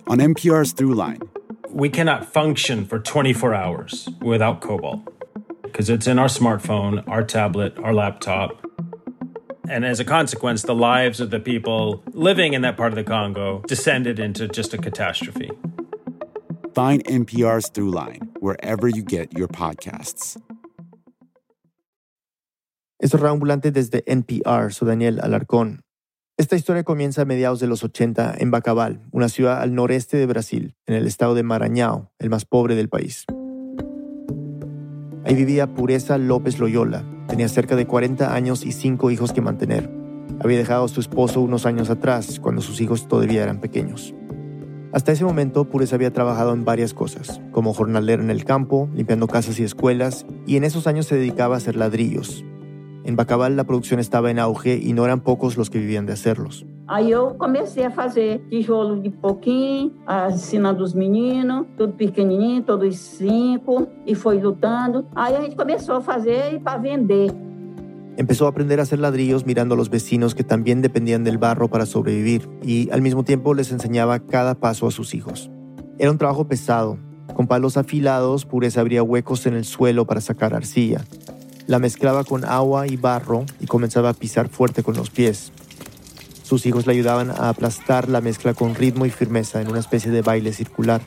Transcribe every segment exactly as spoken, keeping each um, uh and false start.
On N P R's Throughline. We cannot function for twenty-four hours without cobalt because it's in our smartphone, our tablet, our laptop. And as a consequence, the lives of the people living in that part of the Congo descended into just a catastrophe. Find N P R's Throughline wherever you get your podcasts. Es Ambulante desde N P R, soy Daniel Alarcón. Esta historia comienza a mediados de los ochenta en Bacabal, una ciudad al noreste de Brasil, en el estado de Maranhão, el más pobre del país. Ahí vivía Pureza López Loyola. Tenía cerca de cuarenta años y cinco hijos que mantener. Había dejado a su esposo unos años atrás, cuando sus hijos todavía eran pequeños. Hasta ese momento, Pureza había trabajado en varias cosas, como jornalera en el campo, limpiando casas y escuelas, y en esos años se dedicaba a hacer ladrillos. En Bacabal la producción estaba en auge y no eran pocos los que vivían de hacerlos. Aí eu comecei a fazer tijolo de pouquinho, ensinando os meninos, tudo pequenininho, todos cinco, e foi lutando. Aí a gente começou a fazer para vender. Empezó a aprender a hacer ladrillos mirando a los vecinos que también dependían del barro para sobrevivir y al mismo tiempo les enseñaba cada paso a sus hijos. Era un trabajo pesado. Con palos afilados, Pureza abría huecos en el suelo para sacar arcilla. La mezclaba con agua y barro y comenzaba a pisar fuerte con los pies. Sus hijos le ayudaban a aplastar la mezcla con ritmo y firmeza en una especie de baile circular.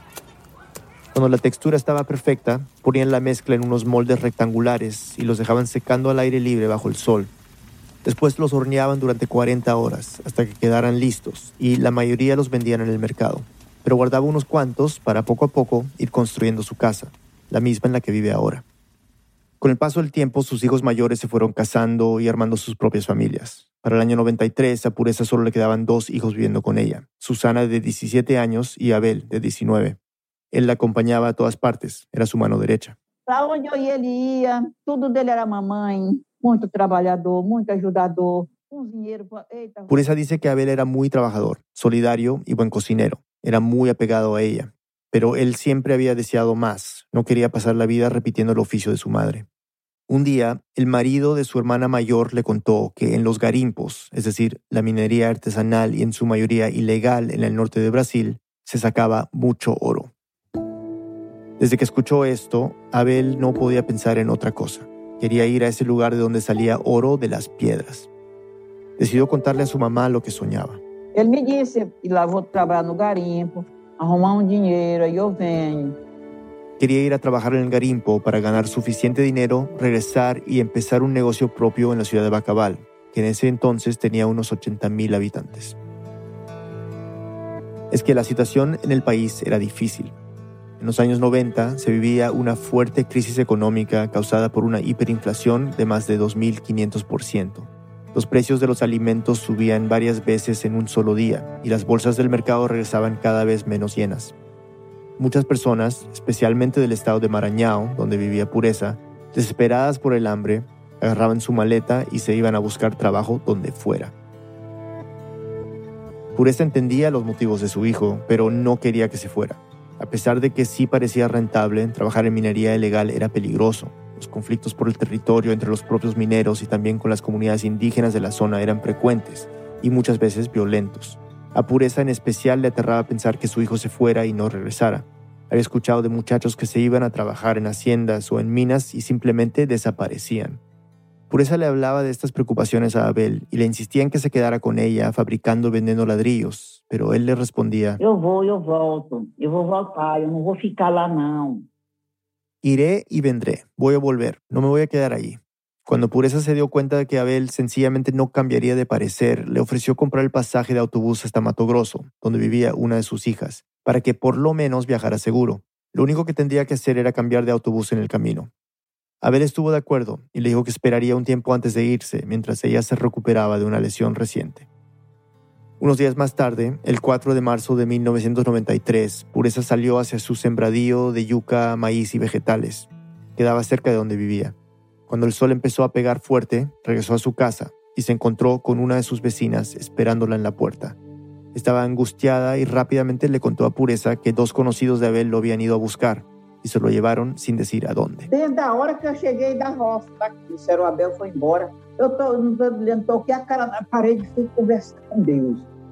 Cuando la textura estaba perfecta, ponían la mezcla en unos moldes rectangulares y los dejaban secando al aire libre bajo el sol. Después los horneaban durante cuarenta horas hasta que quedaran listos y la mayoría los vendían en el mercado. Pero guardaba unos cuantos para poco a poco ir construyendo su casa, la misma en la que vive ahora. Con el paso del tiempo, sus hijos mayores se fueron casando y armando sus propias familias. Para el año noventa y tres, a Pureza solo le quedaban dos hijos viviendo con ella, Susana de diecisiete años y Abel de diecinueve. Él la acompañaba a todas partes, era su mano derecha. Para onde ele ia, tudo dele era mamãe, muito trabalhador, muito ajudador. Um dinheiro, eita. Pureza dice que Abel era muy trabajador, solidario y buen cocinero. Era muy apegado a ella. Pero él siempre había deseado más. No quería pasar la vida repitiendo el oficio de su madre. Un día, el marido de su hermana mayor le contó que en los garimpos, es decir, la minería artesanal y en su mayoría ilegal en el norte de Brasil, se sacaba mucho oro. Desde que escuchó esto, Abel no podía pensar en otra cosa. Quería ir a ese lugar de donde salía oro de las piedras. Decidió contarle a su mamá lo que soñaba. Él me dice, y lá vou trabalhar no garimpo, arrumar un dinero, y yo vengo. Quería ir a trabajar en el garimpo para ganar suficiente dinero, regresar y empezar un negocio propio en la ciudad de Bacabal, que en ese entonces tenía unos ochenta mil habitantes. Es que la situación en el país era difícil. En los años noventa se vivía una fuerte crisis económica causada por una hiperinflación de más de dos mil quinientos por ciento. Los precios de los alimentos subían varias veces en un solo día y las bolsas del mercado regresaban cada vez menos llenas. Muchas personas, especialmente del estado de Maranhão, donde vivía Pureza, desesperadas por el hambre, agarraban su maleta y se iban a buscar trabajo donde fuera. Pureza entendía los motivos de su hijo, pero no quería que se fuera. A pesar de que sí parecía rentable, trabajar en minería ilegal era peligroso. Los conflictos por el territorio entre los propios mineros y también con las comunidades indígenas de la zona eran frecuentes y muchas veces violentos. A Pureza en especial le aterraba pensar que su hijo se fuera y no regresara. Había escuchado de muchachos que se iban a trabajar en haciendas o en minas y simplemente desaparecían. Pureza le hablaba de estas preocupaciones a Abel y le insistía en que se quedara con ella fabricando y vendiendo ladrillos, pero él le respondía: Eu vou, eu volto, eu vou voltar, eu não vou ficar lá não. Iré y vendré, voy a volver, no me voy a quedar allí. Cuando Pureza se dio cuenta de que Abel sencillamente no cambiaría de parecer, le ofreció comprar el pasaje de autobús hasta Mato Grosso, donde vivía una de sus hijas, para que por lo menos viajara seguro. Lo único que tendría que hacer era cambiar de autobús en el camino. Abel estuvo de acuerdo y le dijo que esperaría un tiempo antes de irse, mientras ella se recuperaba de una lesión reciente. Unos días más tarde, el cuatro de marzo de mil novecientos noventa y tres, Pureza salió hacia su sembradío de yuca, maíz y vegetales. Quedaba cerca de donde vivía. Cuando el sol empezó a pegar fuerte, regresó a su casa y se encontró con una de sus vecinas esperándola en la puerta. Estaba angustiada y rápidamente le contó a Pureza que dos conocidos de Abel lo habían ido a buscar y se lo llevaron sin decir a dónde. Desde a hora que eu cheguei da roça, tá? Disseram, o Abel foi embora. Eu tô, não tô, toquei a cara na parede e fui conversar com Deus.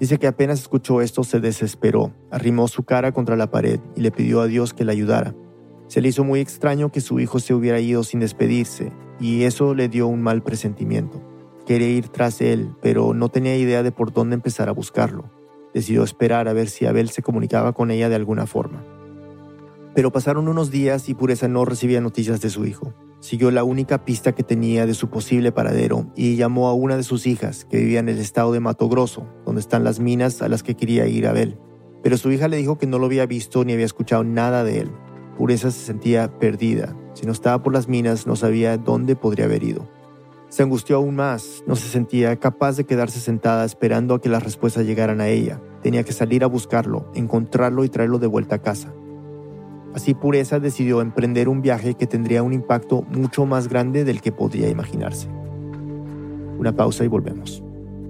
Dice que apenas escuchó esto se desesperó, arrimó su cara contra la pared y le pidió a Dios que le ayudara. Se le hizo muy extraño que su hijo se hubiera ido sin despedirse, y eso le dio un mal presentimiento. Quería ir tras él, pero no tenía idea de por dónde empezar a buscarlo. Decidió esperar a ver si Abel se comunicaba con ella de alguna forma. Pero pasaron unos días y Pureza no recibía noticias de su hijo. Siguió la única pista que tenía de su posible paradero y llamó a una de sus hijas, que vivía en el estado de Mato Grosso, donde están las minas a las que quería ir Abel. Pero su hija le dijo que no lo había visto ni había escuchado nada de él. Pureza se sentía perdida. Si no estaba por las minas, no sabía dónde podría haber ido. Se angustió aún más. No se sentía capaz de quedarse sentada esperando a que las respuestas llegaran a ella. Tenía que salir a buscarlo, encontrarlo y traerlo de vuelta a casa. Así Pureza decidió emprender un viaje que tendría un impacto mucho más grande del que podría imaginarse. Una pausa y volvemos.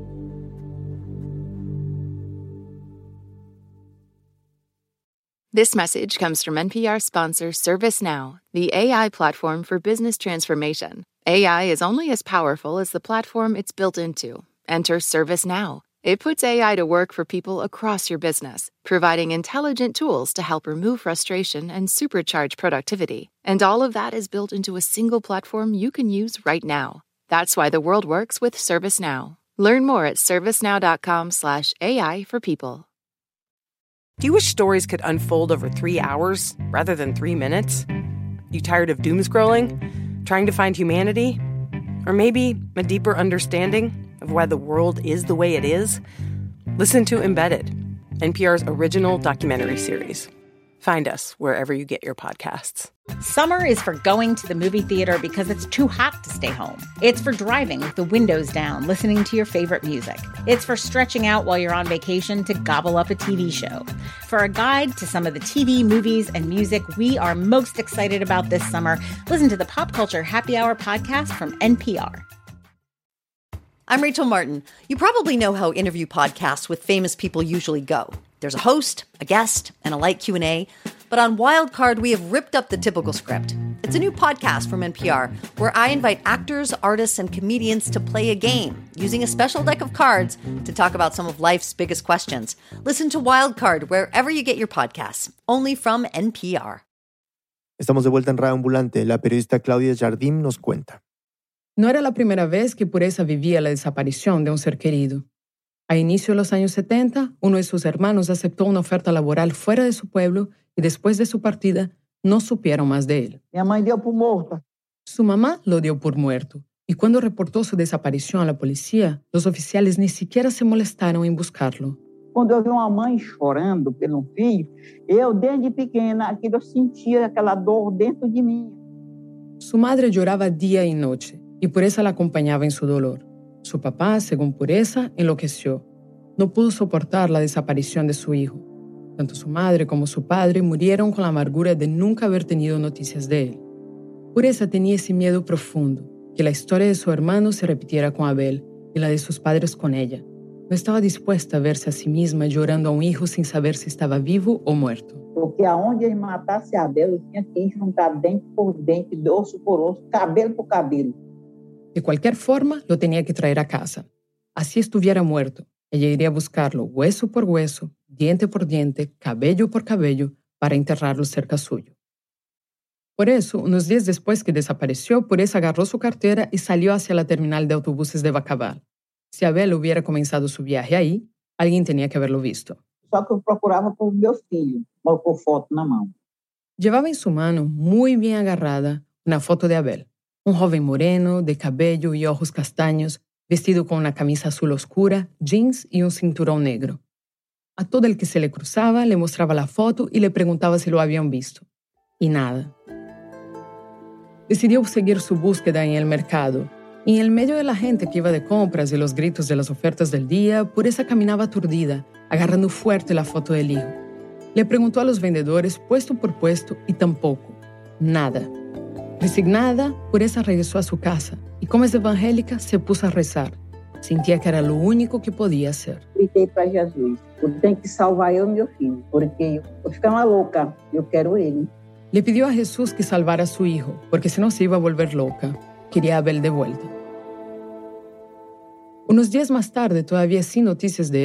This message comes from N P R sponsor ServiceNow, the A I platform for business transformation. A I is only as powerful as the platform it's built into. Enter ServiceNow. It puts A I to work for people across your business, providing intelligent tools to help remove frustration and supercharge productivity. And all of that is built into a single platform you can use right now. That's why the world works with ServiceNow. Learn more at servicenow.com slash AI for people. Do you wish stories could unfold over three hours rather than three minutes? You tired of doom scrolling? Trying to find humanity? Or maybe a deeper understanding of why the world is the way it is? Listen to Embedded, N P R's original documentary series. Find us wherever you get your podcasts. Summer is for going to the movie theater because it's too hot to stay home. It's for driving with the windows down, listening to your favorite music. It's for stretching out while you're on vacation to gobble up a T V show. For a guide to some of the T V, movies, and music we are most excited about this summer, listen to the Pop Culture Happy Hour podcast from N P R. I'm Rachel Martin. You probably know how interview podcasts with famous people usually go. There's a host, a guest, and a light Q and A. But on Wildcard, we have ripped up the typical script. It's a new podcast from N P R where I invite actors, artists, and comedians to play a game using a special deck of cards to talk about some of life's biggest questions. Listen to Wildcard wherever you get your podcasts, only from N P R. Estamos de vuelta en Radio Ambulante. La periodista Claudia Jardim nos cuenta. No era la primera vez que Pureza vivía la desaparición de un ser querido. A inicio de los años setenta, uno de sus hermanos aceptó una oferta laboral fuera de su pueblo y después de su partida no supieron más de él. Minha mãe deu por morta. Su mamá lo dio por muerto y cuando reportó su desaparición a la policía, los oficiales ni siquiera se molestaron en buscarlo. Quando eu vi uma mãe chorando pelo filho, eu, desde pequena, aquilo, eu sentia aquela dor dentro de mim. Su madre lloraba día y noche y Pureza la acompañaba en su dolor. Su papá, según Pureza, enloqueció. No pudo soportar la desaparición de su hijo. Tanto su madre como su padre murieron con la amargura de nunca haber tenido noticias de él. Pureza tenía ese miedo profundo, que la historia de su hermano se repitiera con Abel y la de sus padres con ella. No estaba dispuesta a verse a sí misma llorando a un hijo sin saber si estaba vivo o muerto. Porque aonde ele matasse Abel, eu tinha que ir juntar dente por dente, osso por osso, cabelo por cabelo. De cualquier forma, lo tenía que traer a casa. Así estuviera muerto. Ella iría a buscarlo hueso por hueso, diente por diente, cabello por cabello, para enterrarlo cerca suyo. Por eso, unos días después que desapareció, Pureza agarró su cartera y salió hacia la terminal de autobuses de Bacabal. Si Abel hubiera comenzado su viaje ahí, alguien tenía que haberlo visto. Só que eu procurava por meu filho, com foto na mão. Llevaba en su mano, muy bien agarrada, una foto de Abel. Un joven moreno, de cabello y ojos castaños, vestido con una camisa azul oscura, jeans y un cinturón negro. A todo el que se le cruzaba le mostraba la foto y le preguntaba si lo habían visto. Y nada. Decidió seguir su búsqueda en el mercado. Y en el medio de la gente que iba de compras y los gritos de las ofertas del día, Pureza caminaba aturdida, agarrando fuerte la foto del hijo. Le preguntó a los vendedores puesto por puesto y tampoco. Nada. Resignada, Pureza regresó a su casa y, como es evangélica, se puso a rezar. Sentía que era lo único que podía hacer. Gritei para Jesus, eu tenho que salvar eu e meu filho, porque eu vou ficar uma louca, eu quero ele. Le pidió a Jesús que salvara a su hijo, porque si no se iba a volver loca. Quería a Abel de vuelta. Unos días más tarde, todavía sin noticias de él,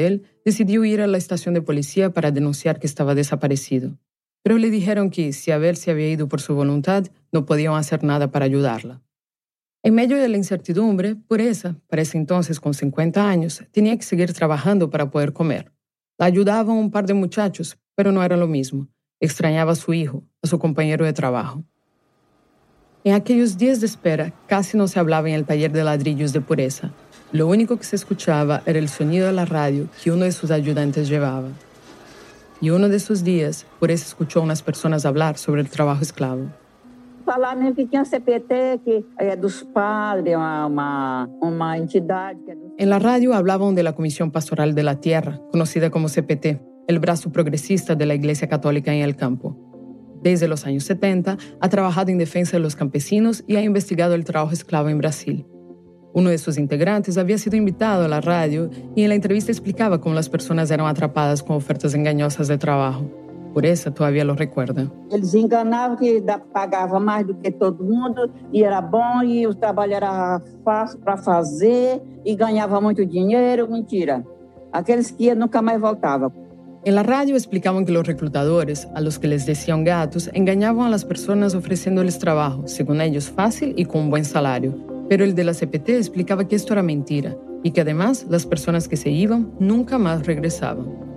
decidió ir a la estación de policía para denunciar que estaba desaparecido. Pero le dijeron que, si Abel se había ido por su voluntad, no podían hacer nada para ayudarla. En medio de la incertidumbre, Pureza, para ese entonces con cincuenta años, tenía que seguir trabajando para poder comer. La ayudaban un par de muchachos, pero no era lo mismo. Extrañaba a su hijo, a su compañero de trabajo. En aquellos días de espera, casi no se hablaba en el taller de ladrillos de Pureza. Lo único que se escuchaba era el sonido de la radio que uno de sus ayudantes llevaba. Y uno de esos días, Pureza escuchó a unas personas hablar sobre el trabajo esclavo. Falar mesmo que tinha C P T, que é dos padres, uma, uma, uma entidade. Que é dos... En la radio hablaban de la Comisión Pastoral de la Tierra, conocida como C P T, el brazo progresista de la Iglesia Católica en el campo. Desde los años setenta, ha trabajado en defensa de los campesinos y ha investigado el trabajo esclavo en Brasil. Uno de sus integrantes había sido invitado a la radio y en la entrevista explicaba cómo las personas eran atrapadas con ofertas engañosas de trabajo. Pureza todavía lo recuerda. Eles enganavam que pagava mais do que todo mundo e era bom e o trabalho era fácil para fazer e ganhava muito dinheiro. Mentira. Aqueles que iam nunca mais voltavam. En la radio explicaban que los reclutadores, a los que les decían gatos, engañaban a las personas ofreciéndoles trabajo, según ellos fácil y con un buen salario. Pero el de la C P T explicaba que esto era mentira y que además las personas que se iban nunca más regresaban.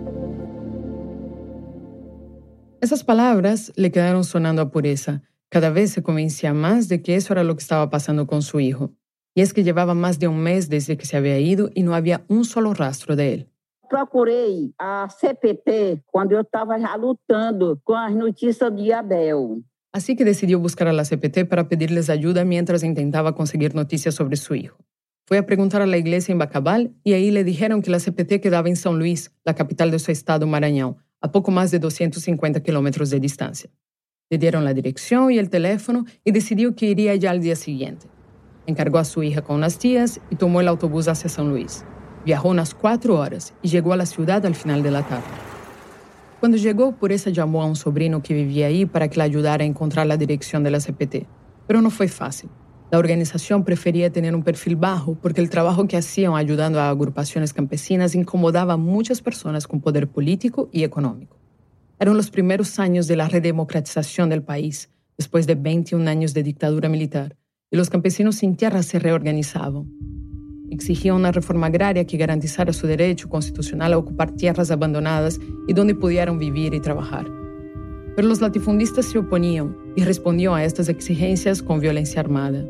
Esas palabras le quedaron sonando a Pureza. Cada vez se convencía más de que eso era lo que estaba pasando con su hijo. Y es que llevaba más de un mes desde que se había ido y no había un solo rastro de él. Procurei a C P T quando eu estava já lutando com as notícias de Abel. Así que decidió buscar a la C P T para pedirles ayuda mientras intentaba conseguir noticias sobre su hijo. Fue a preguntar a la iglesia en Bacabal y ahí le dijeron que la C P T quedaba en São Luís, la capital de su estado Maranhão, a poco más de doscientos cincuenta kilómetros de distancia. Le dieron la dirección y el teléfono y decidió que iría ya al día siguiente. Encargó a su hija con unas tías y tomó el autobús hacia São Luís. Viajó unas cuatro horas y llegó a la ciudad al final de la tarde. Cuando llegó, Pureza llamó a un sobrino que vivía ahí para que le ayudara a encontrar la dirección de la C P T. Pero no fue fácil. La organización prefería tener un perfil bajo porque el trabajo que hacían ayudando a agrupaciones campesinas incomodaba a muchas personas con poder político y económico. Eran los primeros años de la redemocratización del país, después de veintiún años de dictadura militar, y los campesinos sin tierra se reorganizaban. Exigían una reforma agraria que garantizara su derecho constitucional a ocupar tierras abandonadas y donde pudieran vivir y trabajar. Pero los latifundistas se oponían y respondían a estas exigencias con violencia armada.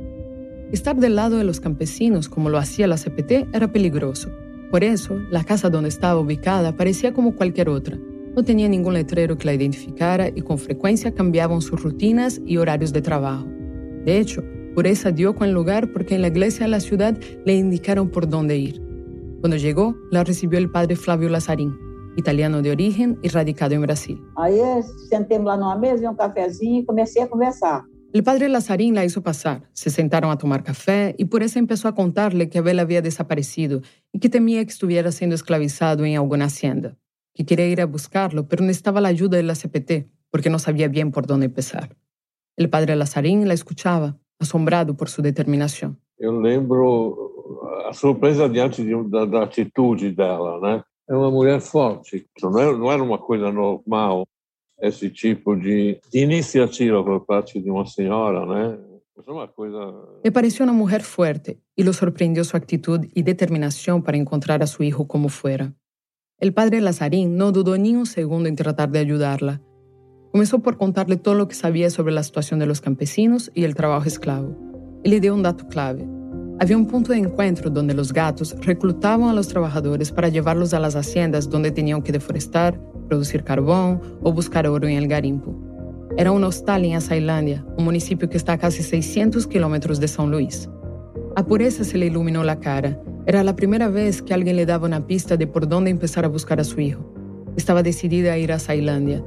Estar del lado de los campesinos, como lo hacía la C P T, era peligroso. Por eso, la casa donde estaba ubicada parecía como cualquier otra. No tenía ningún letrero que la identificara y con frecuencia cambiaban sus rutinas y horarios de trabajo. De hecho, Pureza dio con el lugar porque en la iglesia de la ciudad le indicaron por dónde ir. Cuando llegó, la recibió el padre Flávio Lazzarin, italiano de origen y radicado en Brasil. Aí sentemos lá numa mesa, um cafezinho e comecei a conversar. El padre Lazzarin la hizo pasar, se sentaron a tomar café y Pureza empezó a contarle que Abel había desaparecido y que temía que estuviera siendo esclavizado en alguna hacienda, que quería ir a buscarlo, pero necesitaba la ayuda de la C P T porque no sabía bien por dónde empezar. El padre Lazzarin la escuchaba, assombrado por sua determinação. Eu lembro a surpresa diante de, da, da atitude dela, né? É uma mulher forte. Não era, não era uma coisa normal esse tipo de, de iniciativa por parte de uma senhora, né? É uma coisa... Le pareció una mujer fuerte y lo sorprendió su actitud y determinación para encontrar a su hijo como fuera. El padre Lazzarin no dudó ni un segundo en tratar de ayudarla. Comenzó por contarle todo lo que sabía sobre la situación de los campesinos y el trabajo esclavo. Y le dio un dato clave. Había un punto de encuentro donde los gatos reclutaban a los trabajadores para llevarlos a las haciendas donde tenían que deforestar, producir carbón o buscar oro en el garimpo. Era un hostal en Açailândia, un municipio que está a casi seiscientos kilómetros de São Luís. A Pureza se le iluminó la cara. Era la primera vez que alguien le daba una pista de por dónde empezar a buscar a su hijo. Estaba decidida a ir a Açailândia.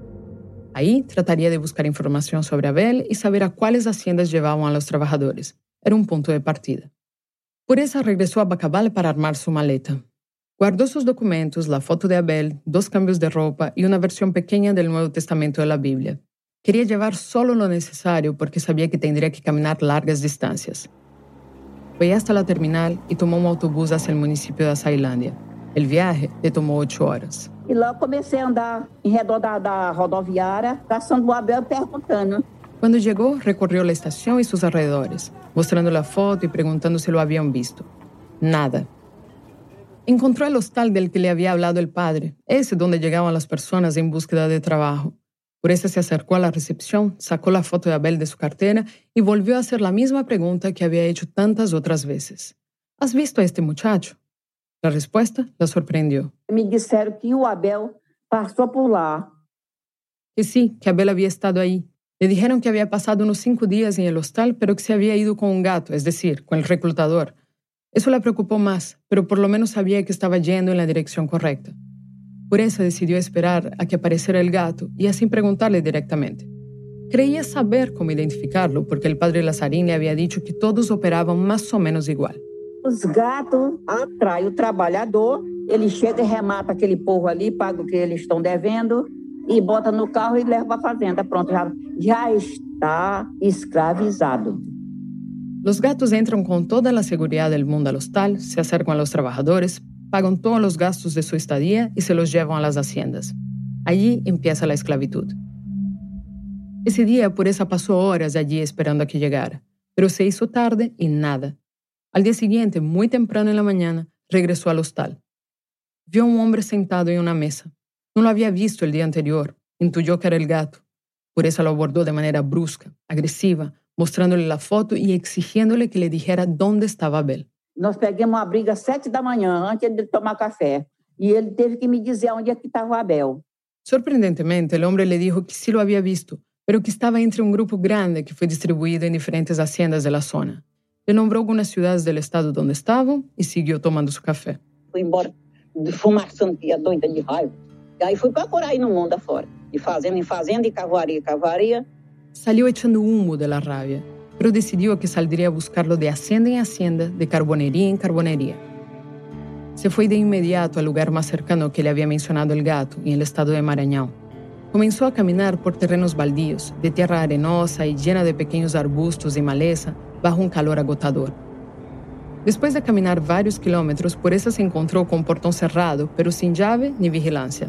Ahí trataría de buscar información sobre Abel y saber a cuáles haciendas llevaban a los trabajadores. Era un punto de partida. Pureza regresó a Bacabal para armar su maleta. Guardó sus documentos, la foto de Abel, dos cambios de ropa y una versión pequeña del Nuevo Testamento de la Biblia. Quería llevar solo lo necesario porque sabía que tendría que caminar largas distancias. Fue hasta la terminal y tomó un autobús hacia el municipio de Açailândia. El viaje le tomó ocho horas. E lá comecei a andar em redor da, da rodoviária, caçando o Abel e perguntando. Cuando llegó, recorrió la estación y sus alrededores, mostrando la foto y preguntando si lo habían visto. Nada. Encontró el hostal del que le había hablado el padre, ese donde llegaban las personas en búsqueda de trabajo. Por eso se acercó a la recepción, sacó la foto de Abel de su cartera y volvió a hacer la misma pregunta que había hecho tantas otras veces. ¿Has visto a este muchacho? La respuesta la sorprendió. Me disseram que o Abel passou por lá. Que sí, que Abel había estado ahí. Le dijeron que había pasado unos cinco días en el hostal, pero que se había ido con un gato, es decir, con el reclutador. Eso la preocupó más, pero por lo menos sabía que estaba yendo en la dirección correcta. Por eso decidió esperar a que apareciera el gato y así preguntarle directamente. Creía saber cómo identificarlo, porque el padre Lazarín le había dicho que todos operaban más o menos igual. Os gatos atraem o trabalhador, ele chega e remata aquele povo ali, paga o que eles estão devendo e bota no carro e leva para a fazenda. Pronto, já, já está escravizado. Los gatos entran con toda la seguridad del mundo al hostal, se acercan a los trabajadores, pagan todos los gastos de su estadía y se los llevan a las haciendas. Allí empieza la esclavitud. Ese día Pureza pasó horas allí esperando a que llegara, pero se hizo tarde y nada. Al día siguiente, muy temprano en la mañana, regresó al hostal. Vio a un hombre sentado en una mesa. No lo había visto el día anterior. Intuyó que era el gato. Pureza lo abordó de manera brusca, agresiva, mostrándole la foto y exigiéndole que le dijera dónde estaba Abel. Nós pegamos uma briga às sete da manhã, antes de tomar café. E ele teve que me dizer onde é que estava o Abel. Sorprendentemente, el hombre le dijo que sí lo había visto, pero que estaba entre un grupo grande que fue distribuido en diferentes haciendas de la zona. Le nombró algunas ciudades del estado donde estaba y siguió tomando su café. Fui embora fumaçando, que ia doida de raiva. E aí fui procurar aí no mundo afora, de fazenda em fazenda, e cavaria, cavaria. Salió echando humo de la rabia, pero decidió que saldría a buscarlo de hacienda en hacienda, de carbonería en carbonería. Se fue de inmediato al lugar más cercano que le había mencionado el gato, en el estado de Maranhão. Comenzó a caminar por terrenos baldíos, de tierra arenosa y llena de pequeños arbustos y maleza, bajo un calor agotador. Después de caminar varios kilómetros, Pureza se encontró con un portón cerrado, pero sin llave ni vigilancia.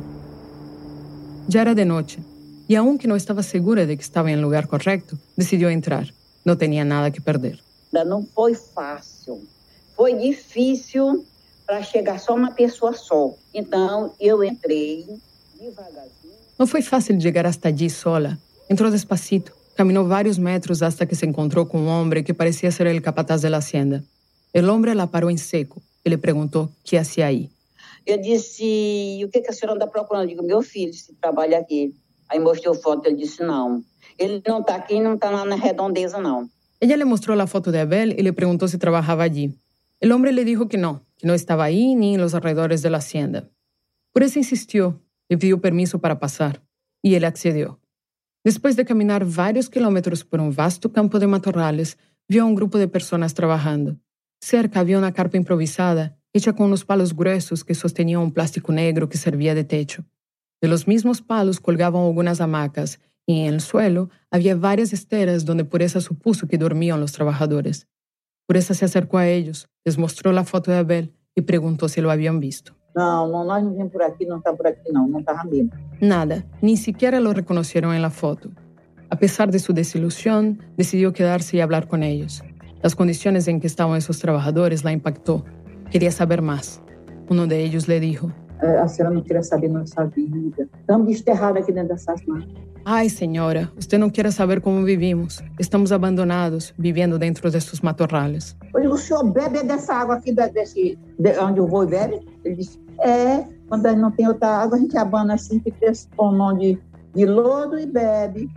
Ya era de noche, y aunque no estaba segura de que estaba en el lugar correcto, decidió entrar. No tenía nada que perder. Não foi fácil. Foi difícil para chegar só uma pessoa só. Então, eu entrei devagarzinho. No fue fácil llegar hasta allí sola. Entró despacito, caminó varios metros hasta que se encontró con un hombre que parecía ser el capataz de la hacienda. El hombre la paró en seco y le preguntó qué hacía ahí. Eu disse, o que a senhora anda procurando? Eu digo, meu filho, se trabalha aqui. Aí mostrou foto, ele disse, não. Ele não está aqui, não está lá na redondeza, não. Ella le mostró la foto de Abel y le preguntó si trabajaba allí. El hombre le dijo que no, que no estaba ahí ni en los alrededores de la hacienda. Por eso insistió, le pidió permiso para pasar, y él accedió. Después de caminar varios kilómetros por un vasto campo de matorrales, vio a un grupo de personas trabajando. Cerca había una carpa improvisada, hecha con unos palos gruesos que sostenían un plástico negro que servía de techo. De los mismos palos colgaban algunas hamacas y en el suelo había varias esteras donde Pureza supuso que dormían los trabajadores. Pureza se acercó a ellos, les mostró la foto de Abel y preguntó si lo habían visto. Não, não, nós não vimos por aqui, não está por aqui, não, não estava mesmo. Nada, ni siquiera lo reconocieron en la foto. A pesar de su desilusión, decidió quedarse y hablar con ellos. Las condiciones en que estaban esos trabajadores la impactó. Quería saber más. Uno de ellos le dijo: A senhora não queria saber nossa vida. Estamos desterrados aqui dentro dessas máquinas. Ay, señora, usted no quiere saber cómo vivimos. Estamos abandonados, viviendo dentro de estos matorrales. Eu digo, o senhor bebe dessa água aqui, desse, de onde eu vou e bebe? Ele disse, é, quando não tem outra água, a gente abana assim, fica esse pulmão de, de lodo e bebe.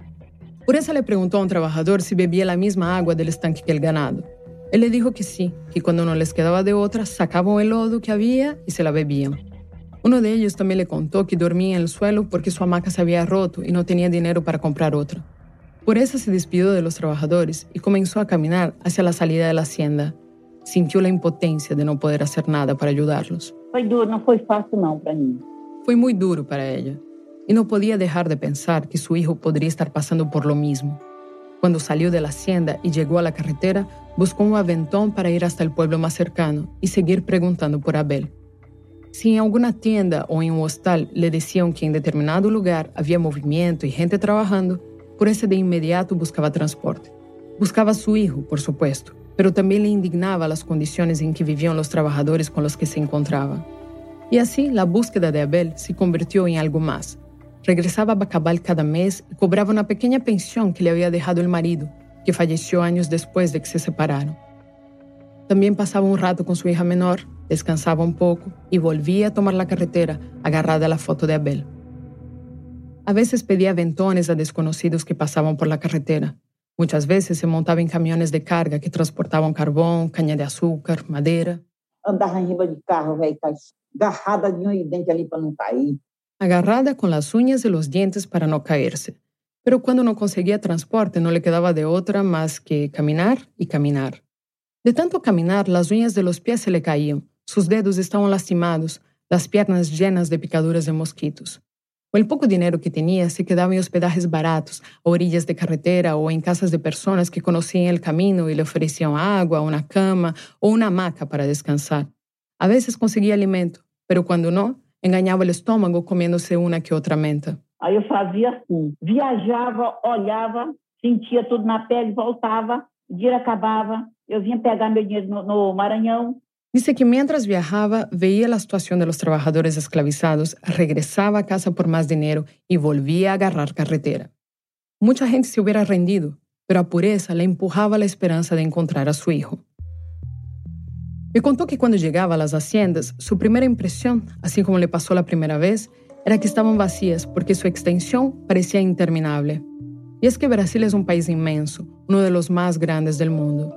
Pureza le preguntó a un trabajador si bebía la misma agua del estanque que el ganado. Él le dijo que sí, que cuando no les quedaba de otra, sacaban el lodo que había y se la bebían. Uno de ellos también le contó que dormía en el suelo porque su hamaca se había roto y no tenía dinero para comprar otra. Pureza se despidió de los trabajadores y comenzó a caminar hacia la salida de la hacienda. Sintió la impotencia de no poder hacer nada para ayudarlos. Foi duro, não foi fácil não para mim. Fue muy duro para ella y no podía dejar de pensar que su hijo podría estar pasando por lo mismo. Cuando salió de la hacienda y llegó a la carretera, buscó un aventón para ir hasta el pueblo más cercano y seguir preguntando por Abel. Si en alguna tienda o en un hostal le decían que en determinado lugar había movimiento y gente trabajando, Pureza de inmediato buscaba transporte. Buscaba a su hijo, por supuesto, pero también le indignaba las condiciones en que vivían los trabajadores con los que se encontraba. Y así, la búsqueda de Abel se convirtió en algo más. Regresaba a Bacabal cada mes y cobraba una pequeña pensión que le había dejado el marido, que falleció años después de que se separaron. También pasaba un rato con su hija menor, descansaba un poco y volvía a tomar la carretera agarrada a la foto de Abel. A veces pedía aventones a desconocidos que pasaban por la carretera. Muchas veces se montaba en camiones de carga que transportaban carbón, caña de azúcar, madera. Andava em riba de carro, velho, agarrada de um dente ali para não cair. Agarrada con las uñas de los dientes para no caerse. Pero cuando no conseguía transporte no le quedaba de otra más que caminar y caminar. De tanto caminar, las uñas de los pies se le caían, sus dedos estaban lastimados, las piernas llenas de picaduras de mosquitos. O el poco dinero que tenía se quedaba en hospedajes baratos, a orillas de carretera o en casas de personas que conocían el camino y le ofrecían agua, una cama o una hamaca para descansar. A veces conseguía alimento, pero cuando no, engañaba el estómago comiéndose una que otra menta. Aí eu fazia assim, viajava, olhava, sentia tudo na pele, voltava, o dia acabava, eu vinha pegar meu dinheiro no, no Maranhão. Dice que mientras viajaba, veía la situación de los trabajadores esclavizados, regresaba a casa por más dinero y volvía a agarrar carretera. Mucha gente se hubiera rendido, pero a Pureza le empujaba la esperanza de encontrar a su hijo. Me contó que cuando llegaba a las haciendas, su primera impresión, así como le pasó la primera vez, era que estaban vacías porque su extensión parecía interminable. Y es que Brasil es un país inmenso, uno de los más grandes del mundo.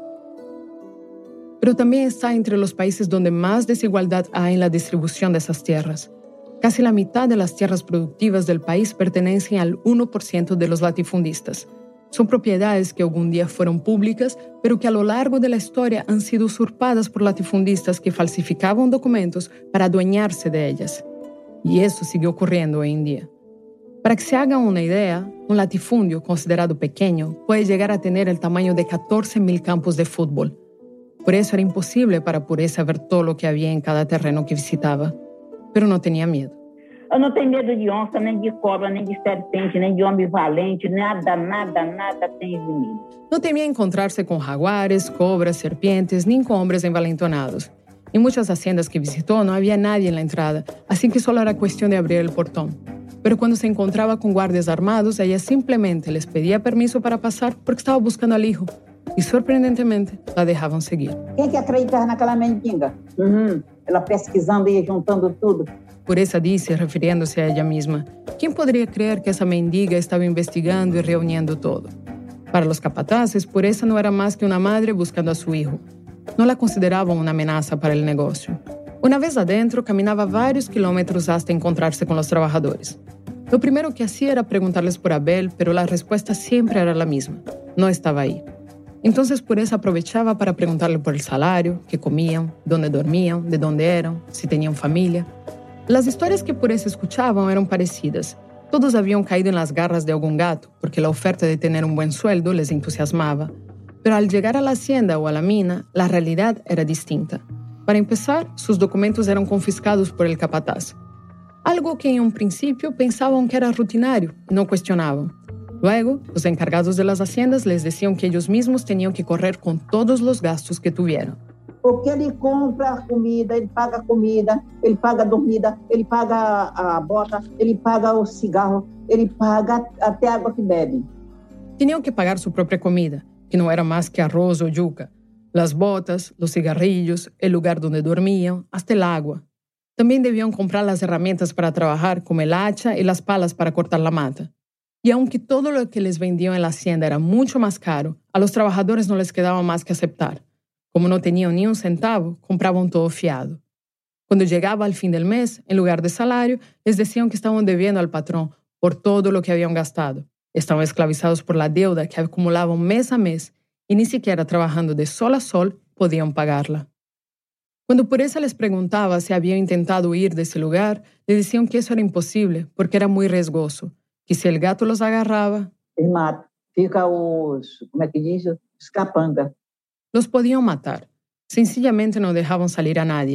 Pero también está entre los países donde más desigualdad hay en la distribución de esas tierras. Casi la mitad de las tierras productivas del país pertenecen al uno por ciento de los latifundistas. Son propiedades que algún día fueron públicas, pero que a lo largo de la historia han sido usurpadas por latifundistas que falsificaban documentos para adueñarse de ellas. Y eso sigue ocurriendo hoy en día. Para que se hagan una idea, un latifundio considerado pequeño puede llegar a tener el tamaño de catorce mil campos de fútbol. Por eso era imposible para Pureza ver todo lo que había en cada terreno que visitaba. Pero no tenía miedo. Eu não tenho medo de onça, nem de cobra, nem de serpente, nem de homem valente, nada, nada, nada tem de mim. No temía encontrarse con jaguares, cobras, serpientes, ni con hombres envalentonados. En muchas haciendas que visitó no había nadie en la entrada, así que solo era cuestión de abrir el portón. Pero cuando se encontraba con guardias armados, ella simplemente les pedía permiso para pasar porque estaba buscando al hijo. Y sorprendentemente la dejaban seguir. Quem que acreditava naquela mendiga? Uhum. Ela pesquisando e juntando tudo. Pureza dice, refiriéndose a ella misma, ¿quién podría creer que esa mendiga estaba investigando y reuniendo todo? Para los capataces, Pureza no era más que una madre buscando a su hijo. No la consideraban una amenaza para el negocio. Una vez adentro, caminaba varios kilómetros hasta encontrarse con los trabajadores. Lo primero que hacía era preguntarles por Abel, pero la respuesta siempre era la misma. No estaba ahí. Entonces Pureza aprovechaba para preguntarle por el salario, qué comían, dónde dormían, de dónde eran, si tenían familia. Las historias que Pureza escuchaba eran parecidas. Todos habían caído en las garras de algún gato, porque la oferta de tener un buen sueldo les entusiasmaba. Pero al llegar a la hacienda o a la mina, la realidad era distinta. Para empezar, sus documentos eran confiscados por el capataz. Algo que en un principio pensaban que era rutinario y no cuestionaban. Luego, los encargados de las haciendas les decían que ellos mismos tenían que correr con todos los gastos que tuvieran. Porque ele compra comida, ele paga comida, ele paga dormida, ele paga a bota, ele paga o cigarro, ele paga até a água que bebe. Tenían que pagar su propia comida, que no era más que arroz o yuca, las botas, los cigarrillos, el lugar donde dormían, hasta el agua. También debían comprar las herramientas para trabajar, como el hacha y las palas para cortar la mata. Y aunque todo lo que les vendían en la hacienda era mucho más caro, a los trabajadores no les quedaba más que aceptar. Como no tenían ni un centavo, compraban todo fiado. Cuando llegaba al fin del mes, en lugar de salario, les decían que estaban debiendo al patrón por todo lo que habían gastado. Estaban esclavizados por la deuda que acumulaban mes a mes y ni siquiera trabajando de sol a sol podían pagarla. Cuando Pureza les preguntaba si habían intentado huir de ese lugar, le decían que eso era imposible porque era muy riesgoso, que si el gato los agarraba, Eles matam. Fica os, como é que diz? Os capanga. los podían matar. Sencillamente no dejaban salir a nadie.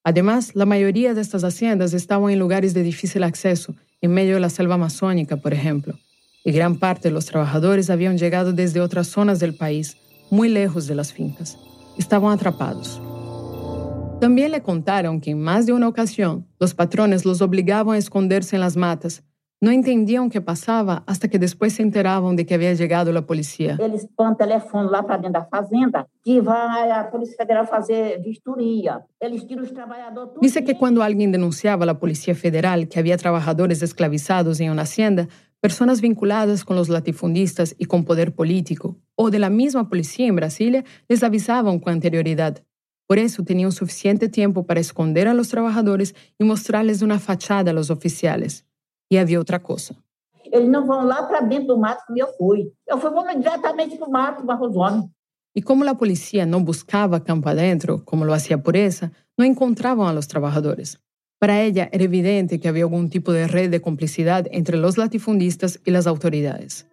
Además, la mayoría de estas haciendas estaban en lugares de difícil acceso, en medio de la selva amazónica, por ejemplo, y gran parte de los trabajadores habían llegado desde otras zonas del país, muy lejos de las fincas. Estaban atrapados. También le contaron que en más de una ocasión, los patrones los obligaban a esconderse en las matas. No entendían qué pasaba hasta que después se enteraban de que había llegado la policía. Eles põem telefone lá para dentro da fazenda que vai a Polícia Federal fazer vistoria. Eles tiram os trabalhadores. Dice que cuando alguien denunciaba a la Policía Federal que había trabajadores esclavizados en una hacienda, personas vinculadas con los latifundistas y con poder político, o de la misma policía en Brasilia, les avisaban con anterioridad. Por eso tenían suficiente tiempo para esconder a los trabajadores y mostrarles una fachada a los oficiales. E havia outra coisa. Eles não vão lá para dentro do mato como eu fui. Eu fui vamos diretamente para o mato, Barrosone. E como a polícia não buscava campo adentro, como lo hacía Pureza, não encontravam a los trabajadores. Para ella era evidente que havia algum tipo de red de complicidade entre los latifundistas e las autoridades.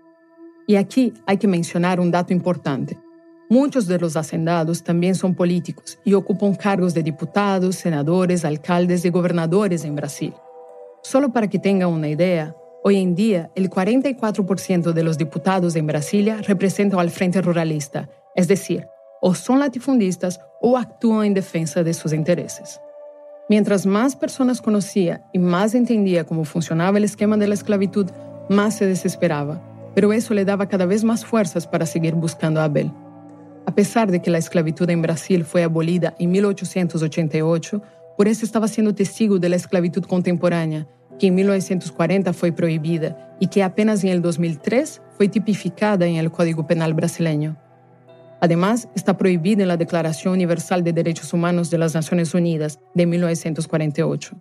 E aqui hay que mencionar um dato importante. Muitos de los hacendados também são políticos e ocupam cargos de diputados, senadores, alcaldes e governadores em Brasil. Solo para que tengan una idea, hoy en día el cuarenta y cuatro por ciento de los diputados en Brasilia representan al Frente Ruralista, es decir, o son latifundistas o actúan en defensa de sus intereses. Mientras más personas conocía y más entendía cómo funcionaba el esquema de la esclavitud, más se desesperaba, pero eso le daba cada vez más fuerzas para seguir buscando a Abel. A pesar de que la esclavitud en Brasil fue abolida en mil ochocientos ochenta y ocho, Pureza estaba siendo testigo de la esclavitud contemporánea, que en mil novecientos cuarenta fue prohibida y que apenas en el dos mil tres fue tipificada en el Código Penal brasileño. Además, está prohibida en la Declaración Universal de Derechos Humanos de las Naciones Unidas de mil novecientos cuarenta y ocho.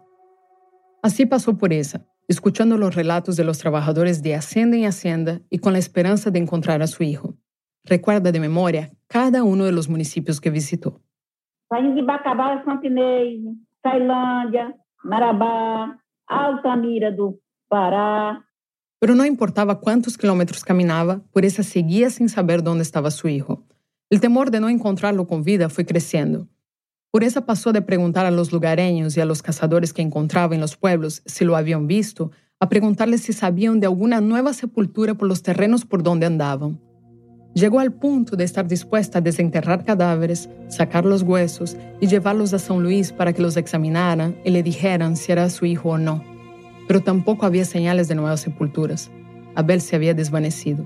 Así pasó Pureza, escuchando los relatos de los trabajadores de hacienda en hacienda y con la esperanza de encontrar a su hijo. Recuerda de memoria cada uno de los municipios que visitó. Saindo de Bacabal, Santinês, Tailândia, Marabá, Altamira do Pará. Pero no importaba cuántos kilómetros caminaba, Pureza seguía sin saber dónde estaba su hijo. El temor de no encontrarlo con vida fue creciendo. Pureza pasó de preguntar a los lugareños y a los cazadores que encontraba en los pueblos si lo habían visto, a preguntarles si sabían de alguna nueva sepultura por los terrenos por donde andaban. Llegó al punto de estar dispuesta a desenterrar cadáveres, sacar los huesos y llevarlos a San Luis para que los examinaran y le dijeran si era su hijo o no. Pero tampoco había señales de nuevas sepulturas. Abel se había desvanecido.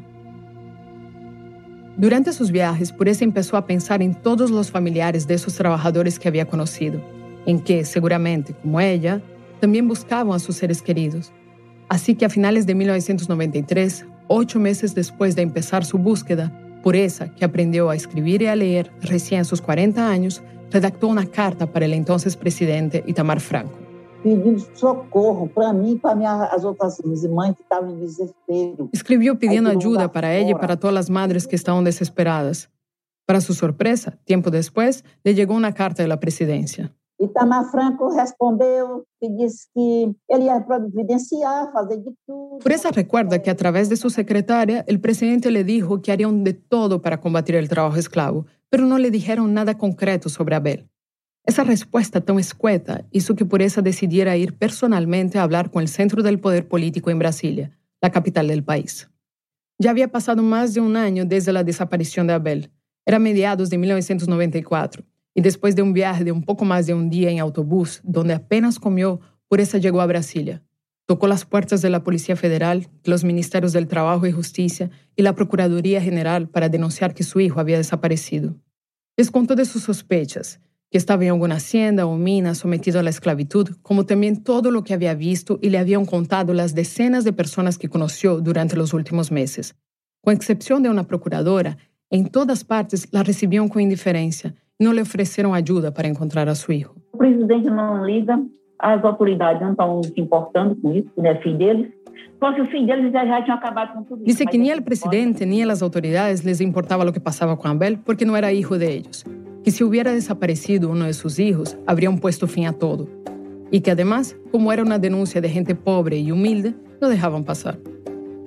Durante sus viajes, Pureza empezó a pensar en todos los familiares de esos trabajadores que había conocido, en que, seguramente, como ella, también buscaban a sus seres queridos. Así que a finales de mil novecientos noventa y tres, ocho meses después de empezar su búsqueda, Pureza, que aprendió a escribir y a leer recién a sus cuarenta años, redactó una carta para el entonces presidente Itamar Franco. Pedindo socorro para mí y para as outras irmãs que estavam em desespero. Escribió pidiendo ayuda para ella y para todas las madres que estaban desesperadas. Para su sorpresa, tiempo después, le llegó una carta de la presidencia. Itamar Franco respondeu e disse que ele ia providenciar, fazer de tudo. Pureza recuerda que a través de su secretaria, el presidente le dijo que harían de todo para combatir el trabajo esclavo, pero no le dijeron nada concreto sobre Abel. Esa respuesta tan escueta hizo que Pureza decidiera ir personalmente a hablar con el centro del poder político en Brasilia, la capital del país. Ya había pasado más de un año desde la desaparición de Abel. Era mediados de mil novecientos noventa y cuatro. Y después de un viaje de un poco más de un día en autobús, donde apenas comió, Pureza llegó a Brasilia. Tocó las puertas de la Policía Federal, los Ministerios del Trabajo y Justicia y la Procuraduría General para denunciar que su hijo había desaparecido. Les contó de sus sospechas, que estaba en alguna hacienda o mina sometido a la esclavitud, como también todo lo que había visto y le habían contado las decenas de personas que conoció durante los últimos meses. Con excepción de una procuradora, en todas partes la recibieron con indiferencia y no le ofrecieron ayuda para encontrar a su hijo. O presidente não liga, as autoridades não estão se importando com isso, né, filho deles. Porque o filho deles já, já tinha acabado com tudo isso. Dice que ni al presidente ni a las autoridades les importaba lo que pasaba con Abel porque no era hijo de ellos. Que si hubiera desaparecido uno de sus hijos, habrían puesto fin a todo. Y que además, como era una denuncia de gente pobre y humilde, lo dejaban pasar.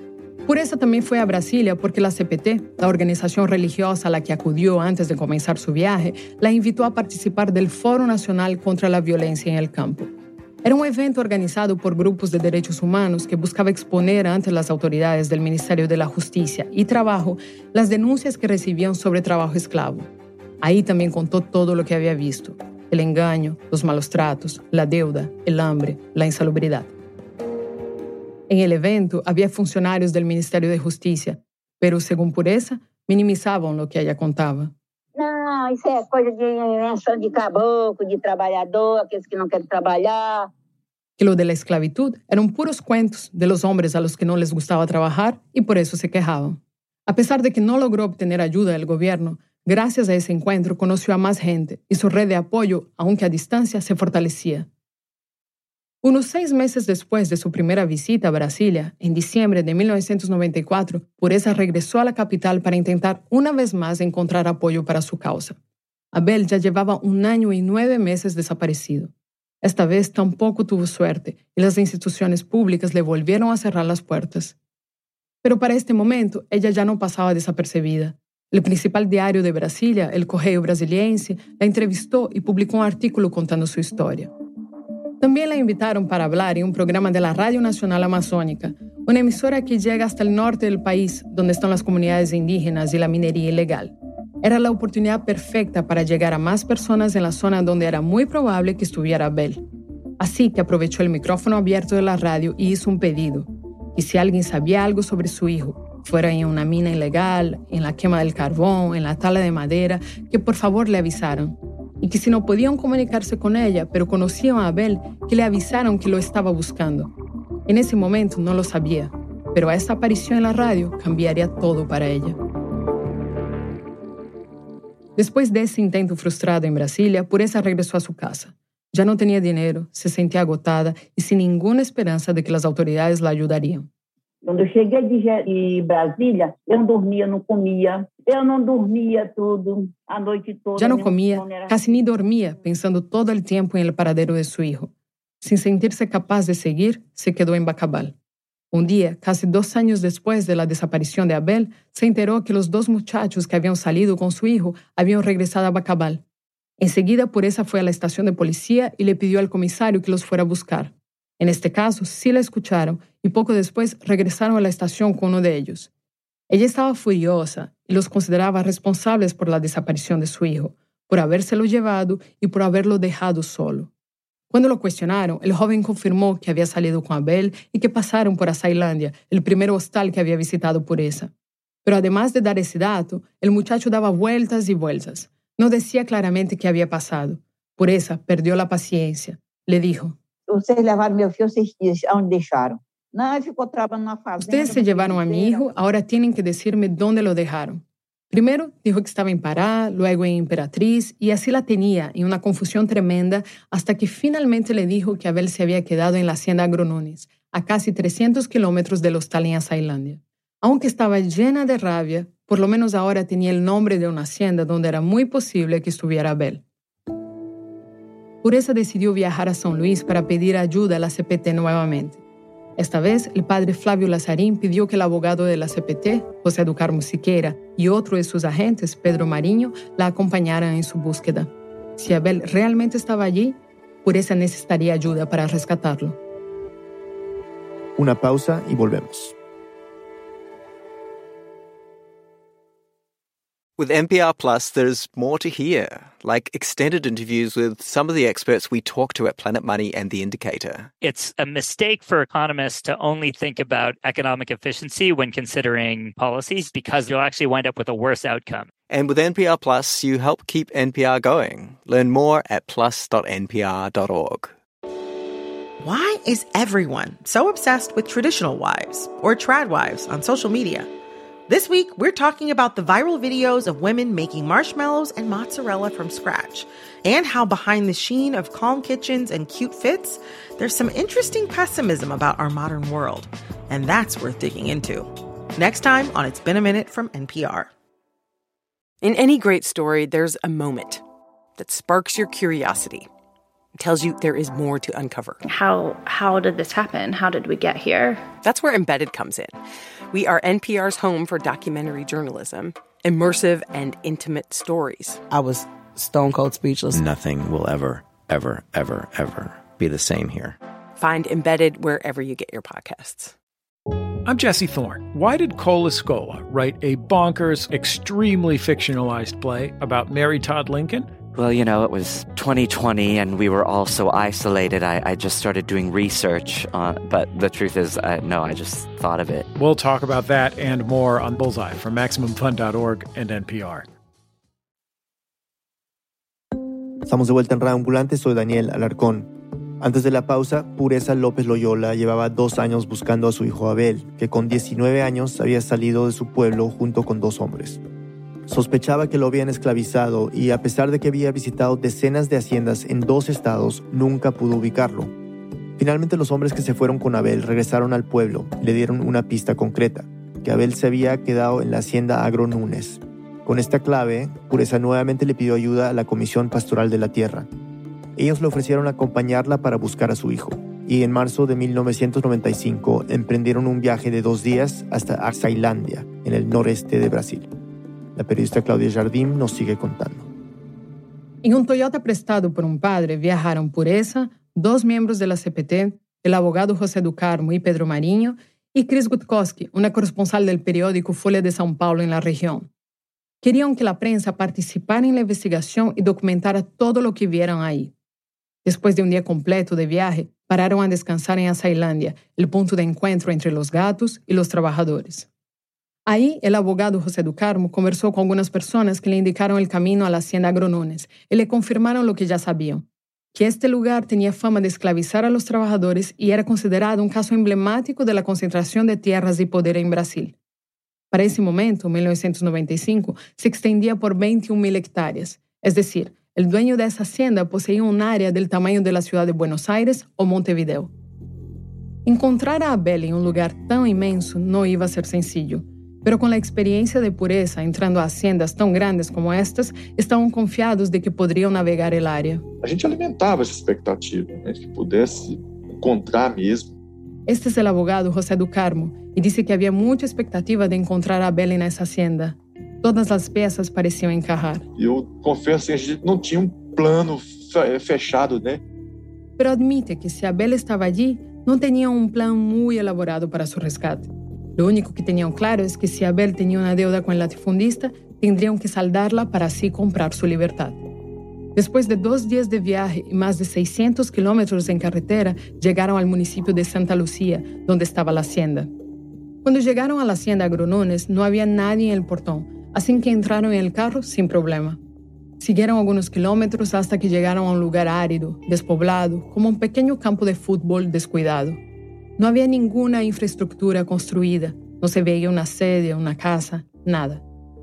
Pureza también fue a Brasilia porque la C P T, la organización religiosa a la que acudió antes de comenzar su viaje, la invitó a participar del Foro Nacional contra la Violencia en el Campo. Era un evento organizado por grupos de derechos humanos que buscaba exponer ante las autoridades del Ministerio de la Justicia y Trabajo las denuncias que recibían sobre trabajo esclavo. Ahí también contó todo lo que había visto: el engaño, los malos tratos, la deuda, el hambre, la insalubridad. En el evento había funcionarios del Ministerio de Justicia, pero según Pureza, minimizaban lo que ella contaba. Não, isso é coisa de invenção de caboclo, de trabalhador, aqueles que não querem trabalhar. Que lo de la esclavitud eran puros cuentos de los hombres a los que no les gustaba trabajar y por eso se quejaban. A pesar de que no logró obtener ayuda del gobierno, gracias a ese encuentro conoció a más gente y su red de apoyo, aunque a distancia, se fortalecía. Unos seis meses después de su primera visita a Brasilia, en diciembre de mil novecientos noventa y cuatro, Pureza regresó a la capital para intentar una vez más encontrar apoyo para su causa. Abel ya llevaba un año y nueve meses desaparecido. Esta vez tampoco tuvo suerte y las instituciones públicas le volvieron a cerrar las puertas. Pero para este momento, ella ya no pasaba desapercibida. El principal diario de Brasilia, El Correio Brasiliense, la entrevistó y publicó un artículo contando su historia. También la invitaron para hablar en un programa de la Radio Nacional Amazónica, una emisora que llega hasta el norte del país, donde están las comunidades indígenas y la minería ilegal. Era la oportunidad perfecta para llegar a más personas en la zona donde era muy probable que estuviera Abel. Así que aprovechó el micrófono abierto de la radio y hizo un pedido: que si alguien sabía algo sobre su hijo, fuera en una mina ilegal, en la quema del carbón, en la tala de madera, que por favor le avisaran. Y que si no podían comunicarse con ella, pero conocían a Abel, que le avisaron que lo estaba buscando. En ese momento no lo sabía, pero esta aparición en la radio cambiaría todo para ella. Después de ese intento frustrado en Brasilia, Pureza regresó a su casa. Ya no tenía dinero, se sentía agotada y sin ninguna esperanza de que las autoridades la ayudarían. Quando eu cheguei de Brasília, eu não dormia, não comia. Eu não dormia tudo, a noite toda. Ya no comía, casi ni dormía, pensando todo el tiempo en el paradero de su hijo. Sin sentirse capaz de seguir, se quedó en Bacabal. Un día, casi dos años después de la desaparición de Abel, se enteró que los dos muchachos que habían salido con su hijo habían regresado a Bacabal. Enseguida, Pureza fue a la estación de policía y le pidió al comisario que los fuera a buscar. En este caso, sí la escucharon y poco después regresaron a la estación con uno de ellos. Ella estaba furiosa y los consideraba responsables por la desaparición de su hijo, por habérselo llevado y por haberlo dejado solo. Cuando lo cuestionaron, el joven confirmó que había salido con Abel y que pasaron por Açailândia, el primer hostal que había visitado Pureza. Pero además de dar ese dato, el muchacho daba vueltas y vueltas. No decía claramente qué había pasado. Pureza perdió la paciencia. Le dijo: Ustedes levaron meu filho, vocês aonde deixaram? Não, ele ficou trabalhando na fazenda. Ustedes se llevaron a mi hijo, ahora tienen que decirme dónde lo dejaron. Primero dijo que estaba en Pará, luego en Imperatriz, y así la tenía en una confusión tremenda hasta que finalmente le dijo que Abel se había quedado en la hacienda Agronones, a casi trescientos kilómetros del hostal en Açailândia. Aunque estaba llena de rabia, por lo menos ahora tenía el nombre de una hacienda donde era muy posible que estuviera Abel. Pureza decidió viajar a San Luis para pedir ayuda a la C P T nuevamente. Esta vez, el padre Flavio Lazarín pidió que el abogado de la C P T, José do Carmo Siqueira, y otro de sus agentes, Pedro Mariño, la acompañaran en su búsqueda. Si Abel realmente estaba allí, Pureza necesitaría ayuda para rescatarlo. Una pausa y volvemos. With N P R Plus, there's more to hear, like extended interviews with some of the experts we talk to at Planet Money and The Indicator. It's a mistake for economists to only think about economic efficiency when considering policies because you'll actually wind up with a worse outcome. And with N P R Plus, you help keep N P R going. Learn more at plus dot n p r dot org. Why is everyone so obsessed with traditional wives or trad wives on social media? This week, we're talking about the viral videos of women making marshmallows and mozzarella from scratch, and how behind the sheen of calm kitchens and cute fits, there's some interesting pessimism about our modern world. And that's worth digging into. Next time on It's Been a Minute from N P R. In any great story, there's a moment that sparks your curiosity. tells you there is more to uncover. How how did this happen? How did we get here? That's where Embedded comes in. We are N P R's home for documentary journalism, immersive and intimate stories. I was stone cold speechless. Nothing will ever, ever, ever, ever be the same here. Find Embedded wherever you get your podcasts. I'm Jesse Thorne. Why did Cole Escola write a bonkers, extremely fictionalized play about Mary Todd Lincoln? Well, you know, it was twenty twenty and we were all so isolated. I, I just started doing research. Uh, but the truth is, uh, no, I just thought of it. We'll talk about that and more on Bullseye from Maximum Fun dot org and N P R. Estamos de vuelta en Radio Ambulante. Soy Daniel Alarcón. Antes de la pausa, Pureza López Loyola llevaba dos años buscando a su hijo Abel, que con diecinueve años había salido de su pueblo junto con dos hombres. Sospechaba que lo habían esclavizado y, a pesar de que había visitado decenas de haciendas en dos estados, nunca pudo ubicarlo. Finalmente, los hombres que se fueron con Abel regresaron al pueblo y le dieron una pista concreta, que Abel se había quedado en la hacienda Agro Núñez. Con esta clave, Pureza nuevamente le pidió ayuda a la Comisión Pastoral de la Tierra. Ellos le ofrecieron acompañarla para buscar a su hijo, y en marzo de mil novecientos noventa y cinco emprendieron un viaje de dos días hasta Açailândia, en el noreste de Brasil. La periodista Claudia Jardim nos sigue contando. En un Toyota prestado por un padre viajaron Pureza, dos miembros de la C P T, el abogado José do Carmo y Pedro Marinho, y Cris Gutkowski, una corresponsal del periódico Folha de São Paulo en la región. Querían que la prensa participara en la investigación y documentara todo lo que vieran ahí. Después de un día completo de viaje, pararon a descansar en Açailândia, el punto de encuentro entre los gatos y los trabajadores. Ahí, el abogado José do Carmo conversó con algunas personas que le indicaron el camino a la hacienda Agro Núñez y le confirmaron lo que ya sabían, que este lugar tenía fama de esclavizar a los trabajadores y era considerado un caso emblemático de la concentración de tierras y poder en Brasil. Para ese momento, mil novecientos noventa y cinco, se extendía por veintiún mil hectáreas, es decir, el dueño de esa hacienda poseía un área del tamaño de la ciudad de Buenos Aires o Montevideo. Encontrar a Abel en un lugar tan inmenso no iba a ser sencillo, pero con la experiencia de Pureza entrando a haciendas tão grandes como estas, estavam confiados de que poderiam navegar el área. A gente alimentava essa expectativa, né, de que pudesse encontrar mesmo. Este es el abogado José do Carmo y dice que había mucha expectativa de encontrar a Abel en esa hacienda. Todas as peças pareciam encajar. Eu confesso que a gente não tinha um plano fechado, né? Pero admite que si Abel estaba allí, no tenía un plan muy elaborado para su rescate. Lo único que tenían claro es que si Abel tenía una deuda con el latifundista, tendrían que saldarla para así comprar su libertad. Después de dos días de viaje y más de seiscientos kilómetros en carretera, llegaron al municipio de Santa Lucía, donde estaba la hacienda. Cuando llegaron a la hacienda Agro Núñez, no había nadie en el portón, así que entraron en el carro sin problema. Siguieron algunos kilómetros hasta que llegaron a un lugar árido, despoblado, como un pequeño campo de fútbol descuidado. No había ninguna infraestructura construida, no se veía una sede, una casa, nada.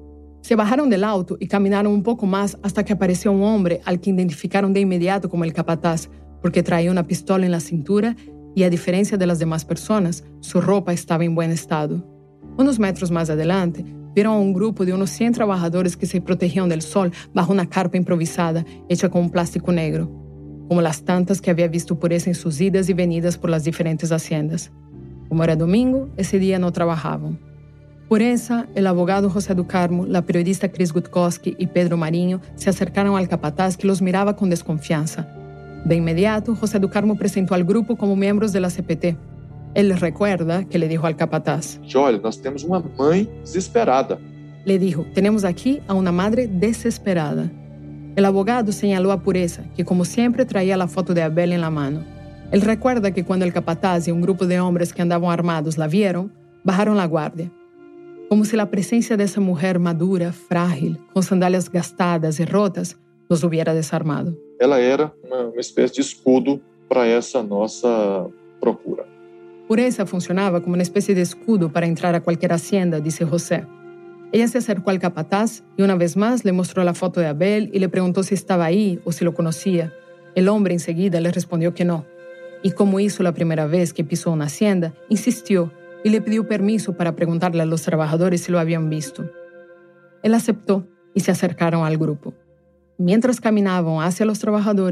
Se bajaron del auto y caminaron un poco más hasta que apareció un hombre al que identificaron de inmediato como el capataz, porque traía una pistola en la cintura y, a diferencia de las demás personas, su ropa estaba en buen estado. Unos metros más adelante, vieron a un grupo de unos cien trabajadores que se protegían del sol bajo una carpa improvisada hecha con un plástico negro, como las tantas que había visto Pureza en sus idas y venidas por las diferentes haciendas. Como era domingo, ese día no trabajaban. Pureza, el abogado José do Carmo, la periodista Cris Gutkowski y Pedro Marinho se acercaron al capataz que los miraba con desconfianza. De inmediato, José do Carmo presentó al grupo como miembros de la C P T. Él les recuerda que le dijo al capataz: Olha, nós temos uma mãe desesperada. Le dijo, tenemos aquí a una madre desesperada. El abogado señaló a Pureza, que como siempre traía la foto de Abel en la mano. Él recuerda que cuando el capataz y un grupo de hombres que andaban armados la vieron, bajaron la guardia. Como si la presencia de esa mujer madura, frágil, con sandalias gastadas y rotas, los hubiera desarmado. Ela era uma, uma espécie de escudo para essa nossa procura. Pureza funcionaba como una especie de escudo para entrar a cualquier hacienda, dice José. Ella se acercó al capataz y una vez más le mostró la foto de Abel y le preguntó si estaba ahí o si lo conocía. El hombre enseguida le respondió que no. Y como hizo la primera vez que pisó una hacienda, insistió y le pidió permiso para preguntarle a los trabajadores si lo habían visto. Él aceptó y se acercaron al grupo. Mientras caminaban hacia los trabajadores,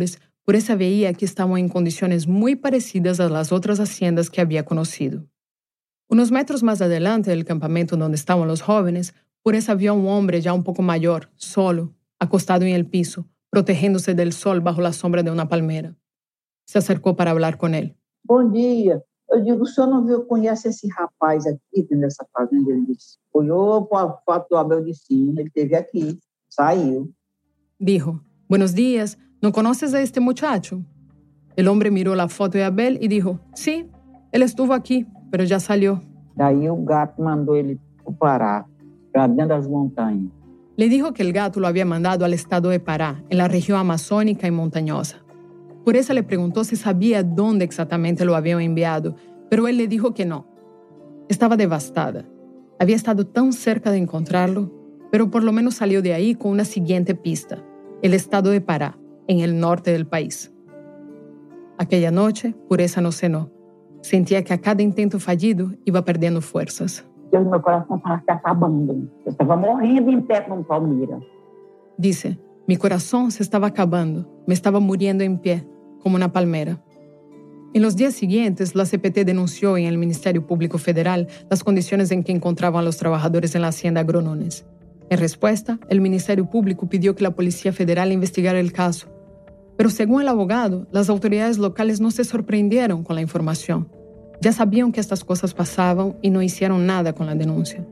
Pureza veía que estaban en condiciones muy parecidas a las otras haciendas que había conocido. Unos metros más adelante del campamento donde estaban los jóvenes, Pureza vio a un hombre ya un poco mayor, solo, acostado en el piso, protegiéndose del sol bajo la sombra de una palmera. Se acercou para hablar com ele. Bom dia. Eu digo, o senhor não viu, conhece esse rapaz aqui nessa fazenda? Ele disse, olhou para a foto do Abel de cima, ele esteve aqui, saiu. Dijo, buenos días, ¿no conoces a este muchacho? El hombre miró la foto de Abel y dijo, sí, él estuvo aquí, pero ya salió. Daí o gato mandou ele para o Pará, para dentro das montanhas. Le dijo que el gato lo había mandado al estado de Pará, en la región amazónica y montañosa. Pureza le preguntó si sabía dónde exactamente lo habían enviado, pero él le dijo que no. Estaba devastada. Había estado tan cerca de encontrarlo, pero por lo menos salió de ahí con una siguiente pista, el estado de Pará, en el norte del país. Aquella noche, Pureza no cenó. Sentía que a cada intento fallido iba perdiendo fuerzas. Meu coração estava se acabando. Eu estava morrendo em pé com Palmira. Dice, mi corazón se estaba acabando. Me estaba muriendo en pie, como una palmera. En los días siguientes, la C P T denunció en el Ministerio Público Federal las condiciones en que encontraban los trabajadores en la hacienda Agronones. En respuesta, el Ministerio Público pidió que la Policía Federal investigara el caso. Pero según el abogado, las autoridades locales no se sorprendieron con la información. Ya sabían que estas cosas pasaban y no hicieron nada con la denuncia.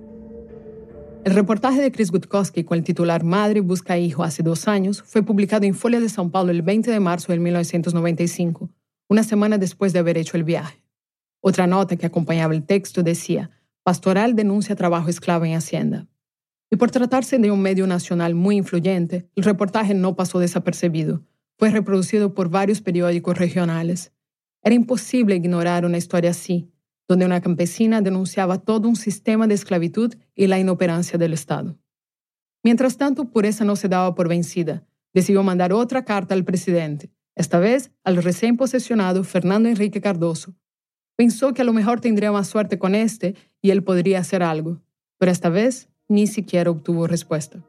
El reportaje de Chris Gutkowski con el titular Madre busca hijo hace dos años fue publicado en Folha de São Paulo el veinte de marzo de mil novecientos noventa y cinco, una semana después de haber hecho el viaje. Otra nota que acompañaba el texto decía, Pastoral denuncia trabajo esclavo en Hacienda. Y por tratarse de un medio nacional muy influyente, el reportaje no pasó desapercibido. Fue reproducido por varios periódicos regionales. Era imposible ignorar una historia así, donde una campesina denunciaba todo un sistema de esclavitud y la inoperancia del Estado. Mientras tanto, Pureza no se daba por vencida. Decidió mandar otra carta al presidente, esta vez al recién posesionado Fernando Henrique Cardoso. Pensó que a lo mejor tendría más suerte con este y él podría hacer algo, pero esta vez ni siquiera obtuvo respuesta.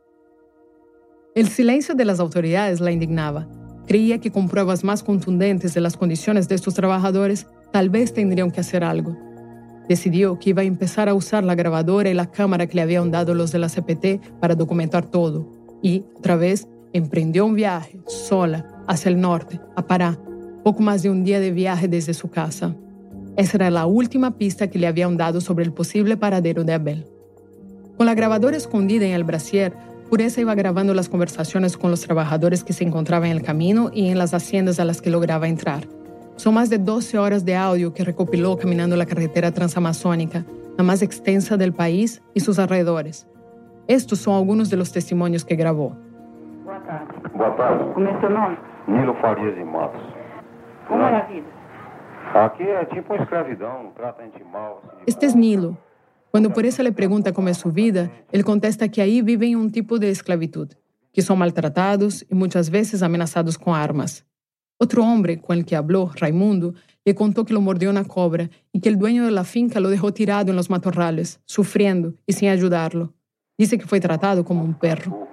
El silencio de las autoridades la indignaba. Creía que con pruebas más contundentes de las condiciones de estos trabajadores, tal vez tendrían que hacer algo. Decidió que iba a empezar a usar la grabadora y la cámara que le habían dado los de la C P T para documentar todo. Y, otra vez, emprendió un viaje, sola, hacia el norte, a Pará, poco más de un día de viaje desde su casa. Esa era la última pista que le habían dado sobre el posible paradero de Abel. Con la grabadora escondida en el brasier, Pureza iba grabando las conversaciones con los trabajadores que se encontraban en el camino y en las haciendas a las que lograba entrar. Son más de doce horas de audio que recopiló caminando la carretera transamazónica, la más extensa del país y sus alrededores. Estos son algunos de los testimonios que grabó. Boa tarde. Boa tarde. Como é seu nome? Nilo Farias de Matos. Como é a vida? Aqui é tipo uma escravidão, trata a gente mal. Este es Nilo. Cuando Pureza le pregunta cómo es su vida, él contesta que ahí viven un tipo de esclavitud, que son maltratados y muchas veces amenazados con armas. Otro hombre con el que habló, Raimundo, le contó que lo mordió una cobra y que el dueño de la finca lo dejó tirado en los matorrales, sufriendo y sin ayudarlo. Dice que fue tratado como un perro.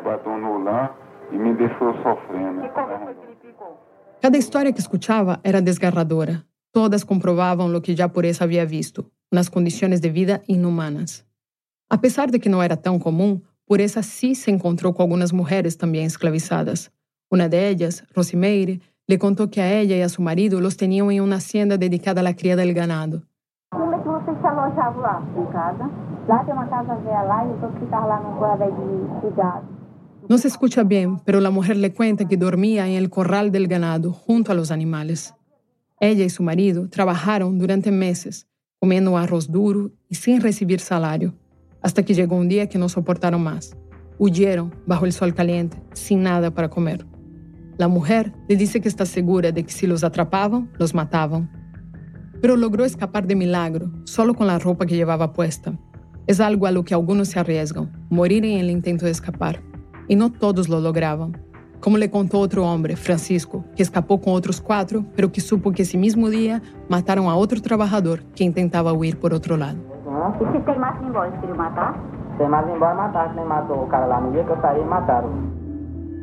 Cada historia que escuchaba era desgarradora. Todas comprobaban lo que ya Pureza había visto, unas condiciones de vida inhumanas. A pesar de que no era tan común, Pureza sí se encontró con algunas mujeres también esclavizadas. Una de ellas, Rosimeire, le contó que a ella y a su marido los tenían en una hacienda dedicada a la cría del ganado. Como é que vocês se alojavam lá? Em casa. Lá tem uma casa velha lá e os outros ficavam lá no corral de cuidado. No se escucha bien, pero la mujer le cuenta que dormía en el corral del ganado junto a los animales. Ella y su marido trabajaron durante meses, comiendo arroz duro y sin recibir salario, hasta que llegó un día que no soportaron más. Huyeron bajo el sol caliente, sin nada para comer. La mujer le dice que está segura de que si los atrapaban, los mataban. Pero logró escapar de milagro, solo con la ropa que llevaba puesta. Es algo a lo que algunos se arriesgan, morir en el intento de escapar. Y no todos lo lograban. Como le contó otro hombre, Francisco, que escapó con otros cuatro, pero que supo que ese mismo día mataron a otro trabajador que intentaba huir por otro lado. E se tem mais embora, eles queriam matar? Tem mais embora matar, que nem matou o cara lá no dia que eu saí, mataram.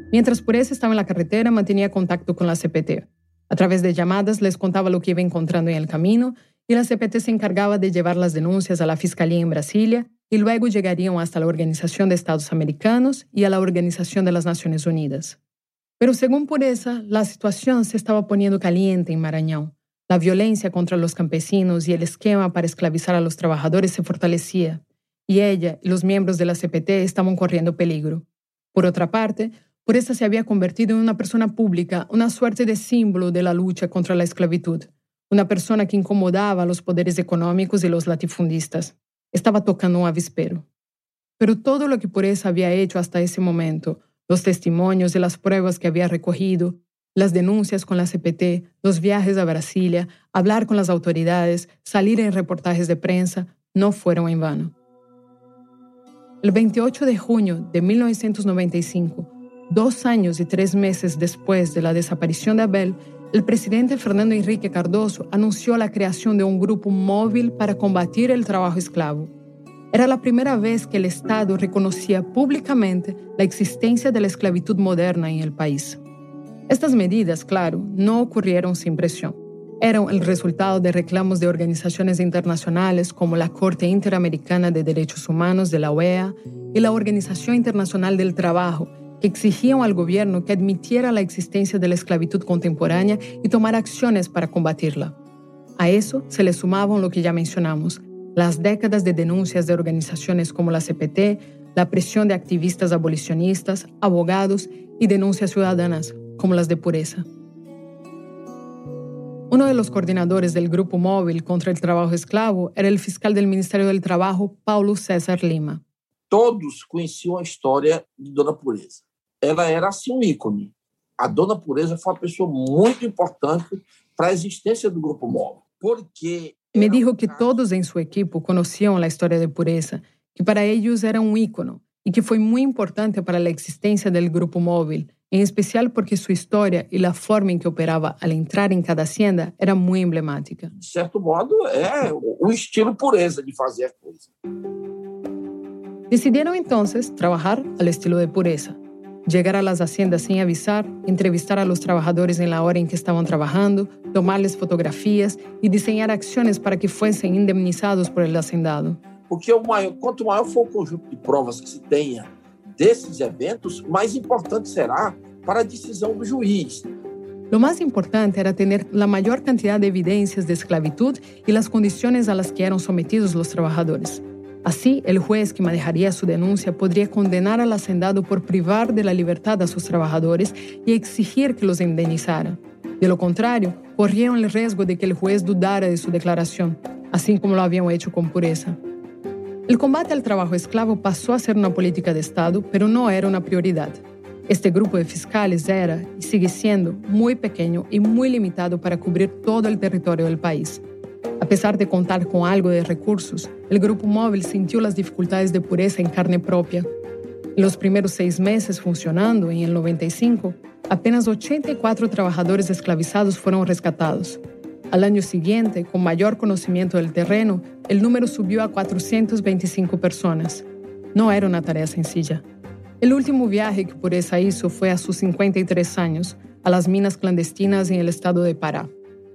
Mientras Pureza estaba en la carretera, mantenía contacto con la C P T. A través de llamadas les contaba lo que iba encontrando en el camino y la C P T se encargaba de llevar las denuncias a la Fiscalía en Brasilia y luego llegarían hasta la Organización de Estados Americanos y a la Organización de las Naciones Unidas. Pero según Pureza, la situación se estaba poniendo caliente en Maranhão. La violencia contra los campesinos y el esquema para esclavizar a los trabajadores se fortalecía, y ella y los miembros de la C P T estaban corriendo peligro. Por otra parte, Pureza se había convertido en una persona pública, una suerte de símbolo de la lucha contra la esclavitud, una persona que incomodaba a los poderes económicos y los latifundistas. Estaba tocando un avispero. Pero todo lo que Pureza había hecho hasta ese momento, los testimonios y las pruebas que había recogido, las denuncias con la C P T, los viajes a Brasilia, hablar con las autoridades, salir en reportajes de prensa, no fueron en vano. El veintiocho de junio de mil novecientos noventa y cinco, dos años y tres meses después de la desaparición de Abel, el presidente Fernando Henrique Cardoso anunció la creación de un grupo móvil para combatir el trabajo esclavo. Era la primera vez que el Estado reconocía públicamente la existencia de la esclavitud moderna en el país. Estas medidas, claro, no ocurrieron sin presión. Eran el resultado de reclamos de organizaciones internacionales como la Corte Interamericana de Derechos Humanos de la O E A y la Organización Internacional del Trabajo, que exigían al gobierno que admitiera la existencia de la esclavitud contemporánea y tomara acciones para combatirla. A eso se le sumaban lo que ya mencionamos, las décadas de denuncias de organizaciones como la C P T, la presión de activistas abolicionistas, abogados y denuncias ciudadanas como las de Pureza. Uno de los coordinadores del Grupo Móvil contra el Trabajo Esclavo era el fiscal del Ministerio del Trabajo, Paulo César Lima. Todos conheciam a história de Dona Pureza. Ela era assim um ícone. A Dona Pureza foi uma pessoa muito importante para a existência do Grupo Móvil, porque me dijo que todos en su equipo conocían la historia de Pureza, que para ellos era un ícono y que fue muy importante para la existencia del Grupo Móvil, en especial porque su historia y la forma en que operaba al entrar en cada hacienda era muy emblemática. De certo modo, é o estilo Pureza de fazer as coisas. Decidieron entonces trabajar al estilo de Pureza. Llegar a las haciendas sin avisar, entrevistar a los trabajadores en la hora en que estaban trabajando, tomarles fotografías y diseñar acciones para que fuesen indemnizados por el hacendado. Porque o maior, quanto maior for o conjunto de provas que se tenha desses eventos, mais importante será para a decisão do juiz. Lo más importante era tener la mayor cantidad de evidencias de esclavitud y las condiciones a las que eran sometidos los trabajadores. Así, el juez que manejaría su denuncia podría condenar al hacendado por privar de la libertad a sus trabajadores y exigir que los indemnizara. De lo contrario, corrían el riesgo de que el juez dudara de su declaración, así como lo habían hecho con Pureza. El combate al trabajo esclavo pasó a ser una política de Estado, pero no era una prioridad. Este grupo de fiscales era, y sigue siendo, muy pequeño y muy limitado para cubrir todo el territorio del país. A pesar de contar con algo de recursos, el Grupo Móvil sintió las dificultades de Pureza en carne propia. En los primeros seis meses funcionando, en el noventa y cinco, apenas ochenta y cuatro trabajadores esclavizados fueron rescatados. Al año siguiente, con mayor conocimiento del terreno, el número subió a cuatrocientas veinticinco personas. No era una tarea sencilla. El último viaje que Pureza hizo fue a sus cincuenta y tres años, a las minas clandestinas en el estado de Pará.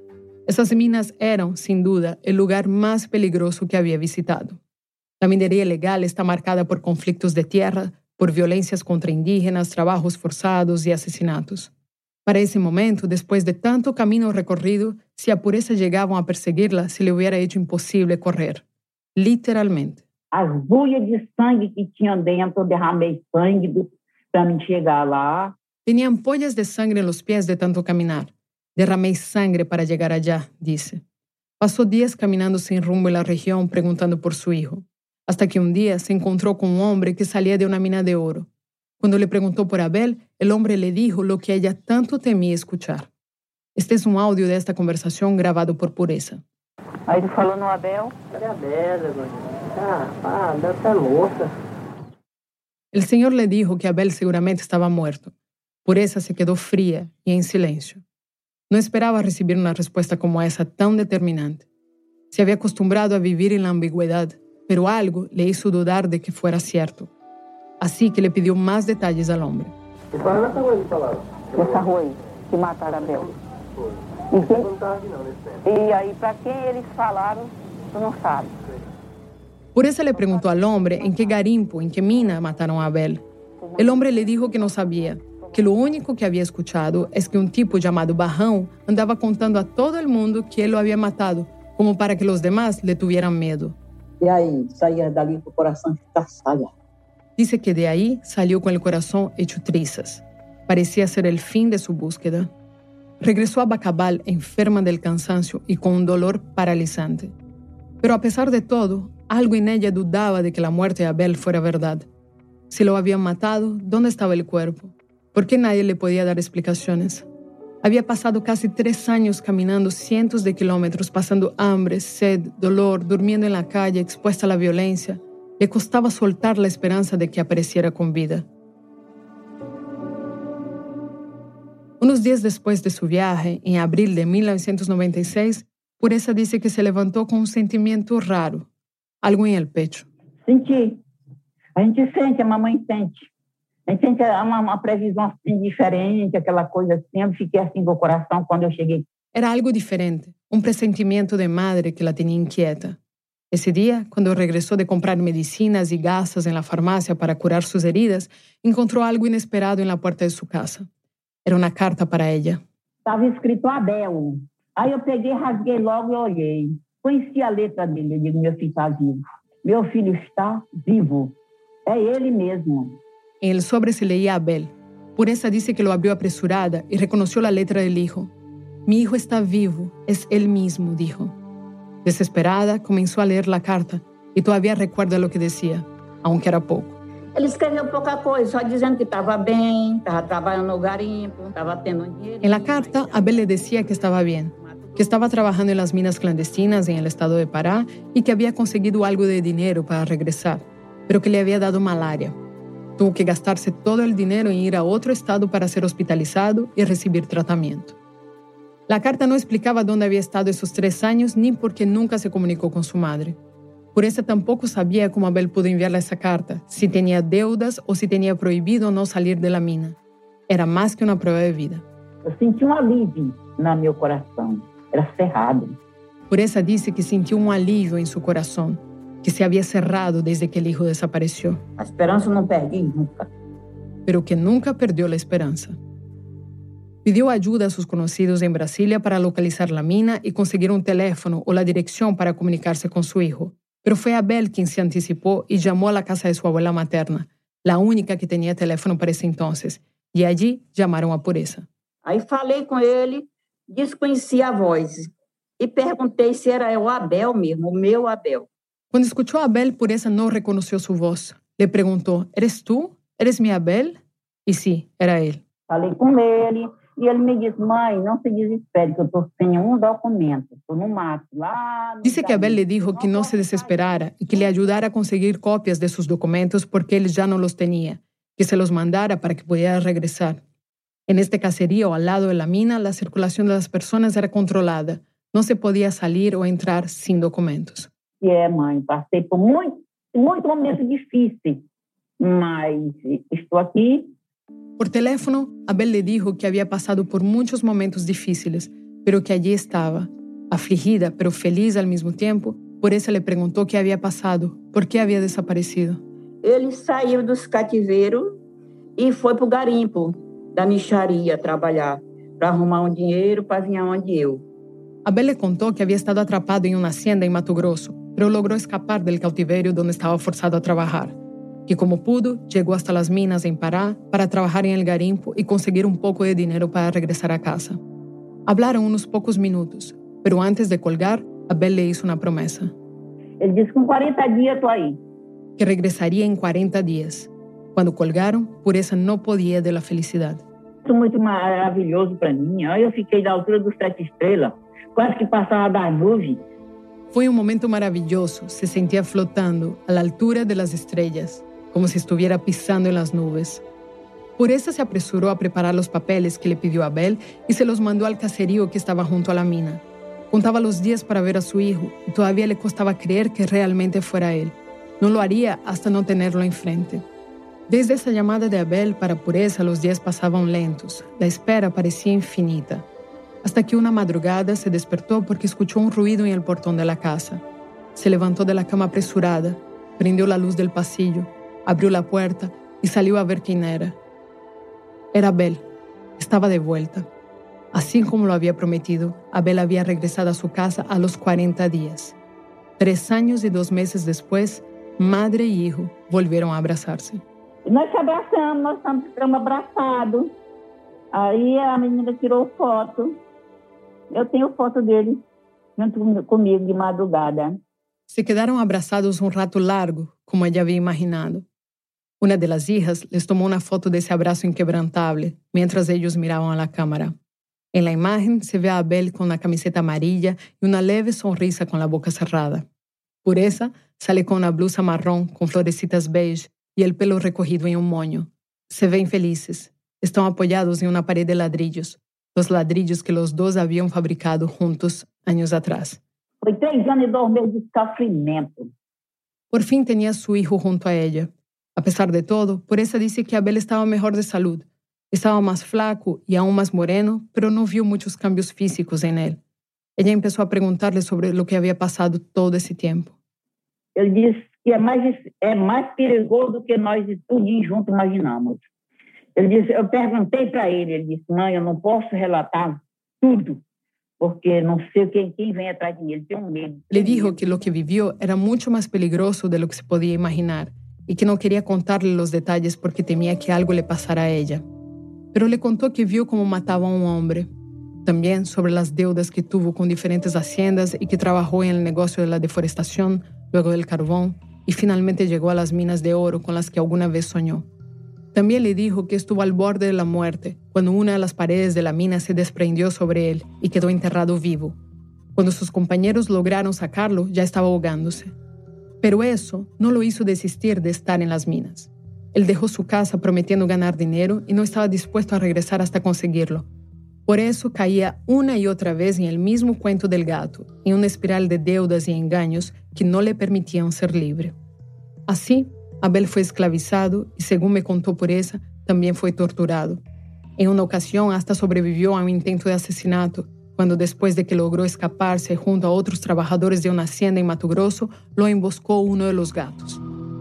Esas minas eran, sin duda, el lugar más peligroso que había visitado. La minería ilegal está marcada por conflictos de tierra, por violencias contra indígenas, trabajos forzados y asesinatos. Para ese momento, después de tanto camino recorrido, si a Pureza llegaban a perseguirla, se le hubiera hecho imposible correr. Literalmente. As buias de sangue que tinham dentro, derramei sangue para me chegar lá. Tenía ampollas de sangre en los pies de tanto caminar. Derramé sangre para llegar allá, dice. Pasó días caminando sin rumbo en la región preguntando por su hijo, hasta que un día se encontró con un hombre que salía de una mina de oro. Cuando le preguntó por Abel, el hombre le dijo lo que ella tanto temía escuchar. Este es un audio de esta conversación grabado por Pureza. Aí ele falou no Abel. Cadê a Abel? Ah, ah, Abel está louca. El señor le dijo que Abel seguramente estaba muerto. Pureza se quedó fría y en silencio. No esperaba recibir una respuesta como esa tan determinante. Se había acostumbrado a vivir en la ambigüedad, pero algo le hizo dudar de que fuera cierto. Así que le pidió más detalles al hombre. Foi nessa rua que falaram? Nessa rua aí, que mataram a Abel. Foi. E, quem... não estava aqui não, nesse tempo. E aí, para quem eles falaram, tu não sabe. Por eso le preguntó al hombre en qué garimpo, en qué mina mataron a Abel. El hombre le dijo que no sabía, que lo único que había escuchado es que un tipo llamado Barrão andaba contando a todo el mundo que él lo había matado, como para que los demás le tuvieran miedo. E aí, saía dali com o coração estarçado. Dice que de ahí salió con el corazón hecho trizas. Parecía ser el fin de su búsqueda. Regresó a Bacabal enferma del cansancio y con un dolor paralizante. Pero a pesar de todo, algo en ella dudaba de que la muerte de Abel fuera verdad. Si lo habían matado, ¿dónde estaba el cuerpo? ¿Por qué nadie le podía dar explicaciones? Había pasado casi tres años caminando cientos de kilómetros, pasando hambre, sed, dolor, durmiendo en la calle, expuesta a la violencia. Le costaba soltar la esperanza de que apareciera con vida. Unos días después de su viaje, en abril de mil novecientos noventa y seis, Pureza dice que se levantó con un sentimiento raro, algo en el pecho. Senti. A gente sente, a mamãe sente. A gente sente uma, uma previsão assim, diferente, aquela coisa assim. Eu fiquei assim com o coração quando eu cheguei. Era algo diferente, un presentimiento de madre que la tenía inquieta. Ese día, cuando regresó de comprar medicinas y gasas en la farmacia para curar sus heridas, encontró algo inesperado en la puerta de su casa. Era una carta para ella. Estava escrito Abel. Aí eu peguei, rasguei logo e olhei. Conheci a letra dele. Eu digo, meu filho está vivo. Meu filho está vivo. É ele mesmo. En el sobre se leía Abel. Pureza dice que lo abrió apresurada y reconoció la letra del hijo. Mi hijo está vivo, es él mismo, dijo. Desesperada, comenzó a leer la carta y todavía recuerda lo que decía, aunque era poco. Ele escreveu pouca coisa, só dizendo que estava bem, estava trabalhando no garimpo, estava tendo dinheiro. En la carta, Abel le decía que estaba bien, que estaba trabajando en las minas clandestinas en el estado de Pará y que había conseguido algo de dinero para regresar, pero que le había dado malaria. Tuvo que gastarse todo el dinero en ir a otro estado para ser hospitalizado y recibir tratamiento. La carta no explicaba dónde había estado esos tres años ni por qué nunca se comunicó con su madre. Pureza tampoco sabía cómo Abel pudo enviarle esa carta, si tenía deudas o si tenía prohibido no salir de la mina. Era más que una prueba de vida. Eu senti um alívio no meu coração. Era cerrado. Pureza dice que sintió un alivio en su corazón, que se había cerrado desde que el hijo desapareció. A esperança não perdi nunca. Pero que nunca perdió la esperanza. Pidió ayuda a sus conocidos en Brasilia para localizar la mina y conseguir un teléfono o la dirección para comunicarse con su hijo. Pero fue Abel quien se anticipó y llamó a la casa de su abuela materna, la única que tenía teléfono para ese entonces, y allí llamaron a Pureza. Aí falei com ele, desconheci a voz e perguntei se era o Abel mesmo, o meu Abel. Cuando escuchó a Abel, Pureza no reconoció su voz. Le preguntó, ¿eres tú? ¿Eres mi Abel? Y sí, era él. Falei com ele e ele me disse, mãe, não se desespere, que eu estou sem um documento, estou no mato, lá... Dice que Abel le dijo que no se desesperara y que le ayudara a conseguir copias de sus documentos porque él ya no los tenía, que se los mandara para que pudiera regresar. En este caserío, al lado de la mina, la circulación de las personas era controlada. No se podía salir o entrar sin documentos. E é, mãe, passei por muito, muito momentos difíceis, mas estou aqui. Por teléfono, Abel le dijo que había pasado por muchos momentos difíciles, pero que allí estaba, afligida pero feliz al mismo tiempo. Por eso le preguntó qué había pasado, por qué había desaparecido. Ele saiu dos cativeiros e foi para o garimpo da mixaria trabalhar, para arrumar um dinheiro para vir onde eu. Abel le contó que había estado atrapado en una hacienda en Mato Grosso, pero logró escapar del cautiverio donde estaba forzado a trabajar. Que como pudo, llegó hasta las minas en Pará para trabajar en el garimpo y conseguir un poco de dinero para regresar a casa. Hablaron unos pocos minutos, pero antes de colgar, Abel le hizo una promesa. Ele disse que com quarenta dias estou aí. Que regresaría en cuarenta días. Cuando colgaron, Pureza no podía de la felicidad. Isso muito maravilhoso para mim. Eu fiquei da altura dos sete estrelas, quase que passava das nuvens. Fue un momento maravilloso, se sentía flotando a la altura de las estrellas, como si estuviera pisando en las nubes. Pureza se apresuró a preparar los papeles que le pidió Abel y se los mandó al caserío que estaba junto a la mina. Contaba los días para ver a su hijo y todavía le costaba creer que realmente fuera él. No lo haría hasta no tenerlo enfrente. Desde esa llamada de Abel para Pureza, los días pasaban lentos. La espera parecía infinita. Hasta que una madrugada se despertó porque escuchó un ruido en el portón de la casa. Se levantó de la cama apresurada, prendió la luz del pasillo, abrió la puerta y salió a ver quién era. Era Abel. Estaba de vuelta. Así como lo había prometido, Abel había regresado a su casa a los cuarenta días. Tres años y dos meses después, madre y hijo volvieron a abrazarse. Nós se abraçamos, nós estamos abraçados. Aí a menina tirou foto. Eu tenho foto dele junto comigo de madrugada. Se quedaron abrazados un rato largo, como ella había imaginado. Una de las hijas les tomó una foto de ese abrazo inquebrantable, mientras ellos miraban a la cámara. En la imagen se ve a Abel con una camiseta amarilla y una leve sonrisa con la boca cerrada. Pureza sale con una blusa marrón con florecitas beige y el pelo recogido en un moño. Se ven felices. Están apoyados en una pared de ladrillos, los ladrillos que los dos habían fabricado juntos años atrás. Foi três anos e dois meses de sofrimento. Por fin tenía a su hijo junto a ella. A pesar de todo, Pureza dice que Abel estaba mejor de salud. Estaba más flaco y aún más moreno, pero no vio muchos cambios físicos en él. Ella empezó a preguntarle sobre lo que había pasado todo ese tiempo. Ele disse que é mais, é mais perigoso do que nós tudinho juntos imaginamos. Ele disse, eu perguntei para ele, ele disse, mãe, eu não posso relatar tudo, porque não sei quem, quem vem atrás de mim, ele tem um medo. Le dijo que lo que vivió era mucho más peligroso de lo que se podía imaginar y que no quería contarle los detalles porque temía que algo le pasara a ella. Pero le contó que vio cómo mataba a un hombre. También sobre las deudas que tuvo con diferentes haciendas y que trabajó en el negocio de la deforestación, luego del carbón, y finalmente llegó a las minas de oro con las que alguna vez soñó. También le dijo que estuvo al borde de la muerte cuando una de las paredes de la mina se desprendió sobre él y quedó enterrado vivo. Cuando sus compañeros lograron sacarlo, ya estaba ahogándose. Pero eso no lo hizo desistir de estar en las minas. Él dejó su casa prometiendo ganar dinero y no estaba dispuesto a regresar hasta conseguirlo. Por eso caía una y otra vez en el mismo cuento del gato, en una espiral de deudas y engaños que no le permitían ser libre. Así, Abel fue esclavizado y, según me contó Pureza, también fue torturado. En una ocasión hasta sobrevivió a un intento de asesinato, cuando después de que logró escaparse junto a otros trabajadores de una hacienda en Mato Grosso, lo emboscó uno de los gatos.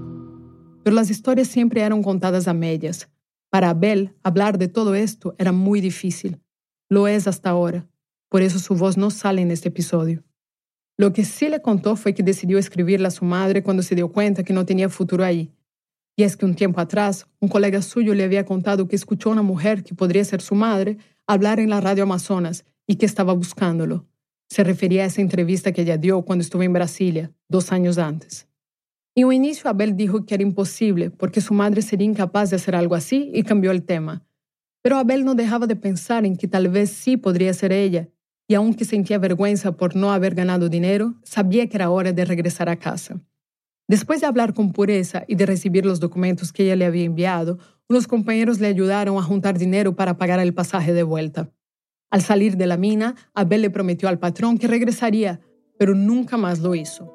Pero las historias siempre eran contadas a medias. Para Abel, hablar de todo esto era muy difícil. Lo es hasta ahora. Por eso su voz no sale en este episodio. Lo que sí le contó fue que decidió escribirle a su madre cuando se dio cuenta que no tenía futuro ahí. Y es que un tiempo atrás, un colega suyo le había contado que escuchó a una mujer que podría ser su madre hablar en la radio Amazonas y que estaba buscándolo. Se refería a esa entrevista que ella dio cuando estuvo en Brasilia, dos años antes. En un inicio, Abel dijo que era imposible porque su madre sería incapaz de hacer algo así y cambió el tema. Pero Abel no dejaba de pensar en que tal vez sí podría ser ella, y aunque sentía vergüenza por no haber ganado dinero, sabía que era hora de regresar a casa. Después de hablar con Pureza y de recibir los documentos que ella le había enviado, unos compañeros le ayudaron a juntar dinero para pagar el pasaje de vuelta. Al salir de la mina, Abel le prometió al patrón que regresaría, pero nunca más lo hizo.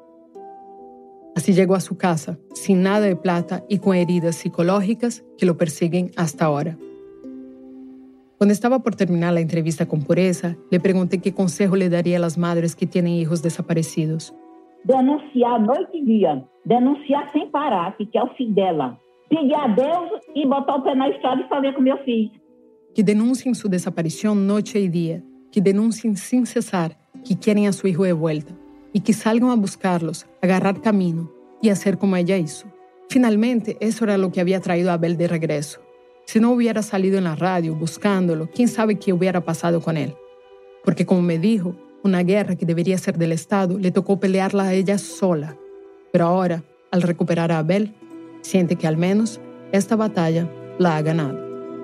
Así llegó a su casa, sin nada de plata y con heridas psicológicas que lo persiguen hasta ahora. Cuando estaba por terminar la entrevista con Pureza, le pregunté qué consejo le daría a las madres que tienen hijos desaparecidos. Denunciar noite e dia. Denunciar sem parar, que é o filho dela. Pedir a Deus e botar o pé na estrada e fazer com meu filho. Que denuncien su desaparición noche y día. Que denuncien sin cesar que quieren a su hijo de vuelta. Y que salgan a buscarlos, agarrar camino y hacer como ella hizo. Finalmente, eso era lo que había traído a Abel de regreso. Si no hubiera salido en la radio buscándolo, quién sabe qué hubiera pasado con él. Porque como me dijo, una guerra que debería ser del Estado le tocó pelearla a ella sola. Pero ahora, al recuperar a Abel, siente que al menos esta batalla la ha ganado.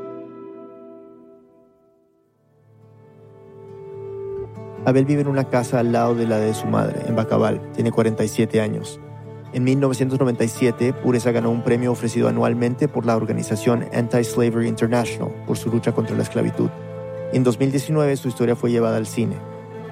Abel vive en una casa al lado de la de su madre, en Bacabal. Tiene cuarenta y siete años. En mil novecientos noventa y siete, Pureza ganó un premio ofrecido anualmente por la organización Anti-Slavery International por su lucha contra la esclavitud. En dos mil diecinueve, su historia fue llevada al cine.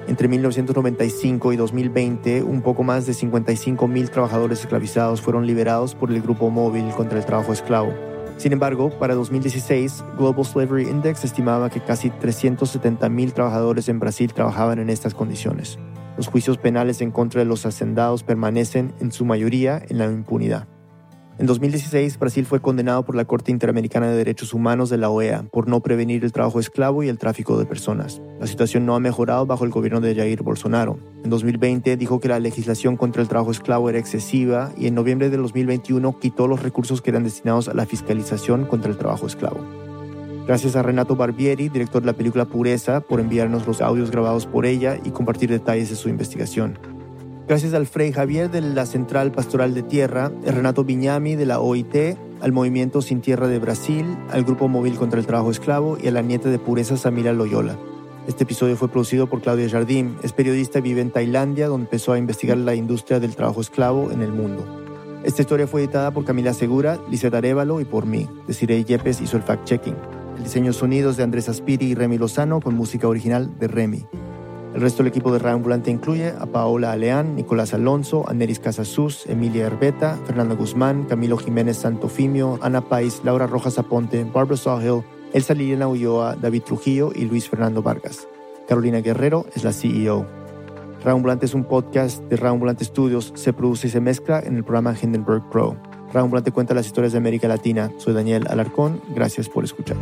Entre mil novecientos noventa y cinco y dos mil veinte, un poco más de cincuenta y cinco mil trabajadores esclavizados fueron liberados por el Grupo Móvil contra el trabajo esclavo. Sin embargo, para dos mil dieciséis, Global Slavery Index estimaba que casi trescientos setenta mil trabajadores en Brasil trabajaban en estas condiciones. Los juicios penales en contra de los hacendados permanecen, en su mayoría, en la impunidad. En dos mil dieciséis, Brasil fue condenado por la Corte Interamericana de Derechos Humanos de la O E A por no prevenir el trabajo esclavo y el tráfico de personas. La situación no ha mejorado bajo el gobierno de Jair Bolsonaro. En dos mil veinte dijo que la legislación contra el trabajo esclavo era excesiva y en noviembre de dos mil veintiuno quitó los recursos que eran destinados a la fiscalización contra el trabajo esclavo. Gracias a Renato Barbieri, director de la película Pureza, por enviarnos los audios grabados por ella y compartir detalles de su investigación. Gracias al Frei Javier de la Central Pastoral de Tierra, a Renato Bignami de la O I T, al Movimiento Sin Tierra de Brasil, al Grupo Móvil contra el Trabajo Esclavo y a la nieta de Pureza, Samira Loyola. Este episodio fue producido por Claudia Jardim. Es periodista y vive en Tailandia, donde empezó a investigar la industria del trabajo esclavo en el mundo. Esta historia fue editada por Camila Segura, Lizeth Arévalo y por mí. Desiree Yepes hizo el fact-checking. El diseño de sonidos de Andrés Aspiri y Remy Lozano con música original de Remy. El resto del equipo de Radio Ambulante incluye a Paola Aleán, Nicolás Alonso, Aneris Casasus, Emilia Herbeta, Fernando Guzmán, Camilo Jiménez Santofimio, Ana Pais, Laura Rojas Aponte, Barbara Sawhill, Elsa Liliana Ulloa, David Trujillo y Luis Fernando Vargas. Carolina Guerrero es la C E O. Radio Ambulante es un podcast de Radio Ambulante Studios. Se produce y se mezcla en el programa Hindenburg Pro. Radio Ambulante cuenta las historias de América Latina. Soy Daniel Alarcón. Gracias por escuchar.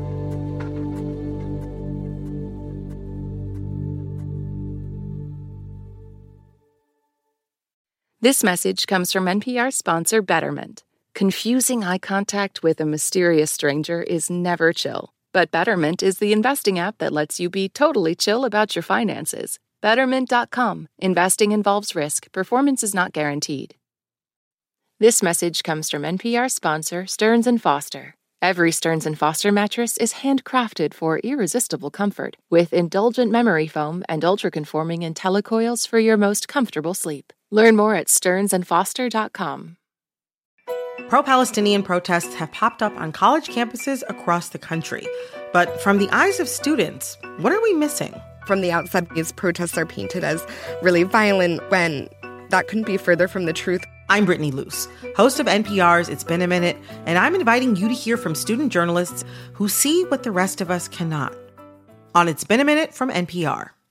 This message comes from N P R sponsor Betterment. Confusing eye contact with a mysterious stranger is never chill. But Betterment is the investing app that lets you be totally chill about your finances. Betterment dot com. Investing involves risk. Performance is not guaranteed. This message comes from N P R sponsor Stearns and Foster. Every Stearns and Foster mattress is handcrafted for irresistible comfort with indulgent memory foam and ultra-conforming IntelliCoils for your most comfortable sleep. Learn more at stearns and foster dot com. Pro-Palestinian protests have popped up on college campuses across the country. But from the eyes of students, what are we missing? From the outside, these protests are painted as really violent when that couldn't be further from the truth. I'm Brittany Luce, host of N P R's It's Been a Minute, and I'm inviting you to hear from student journalists who see what the rest of us cannot. On It's Been a Minute from N P R.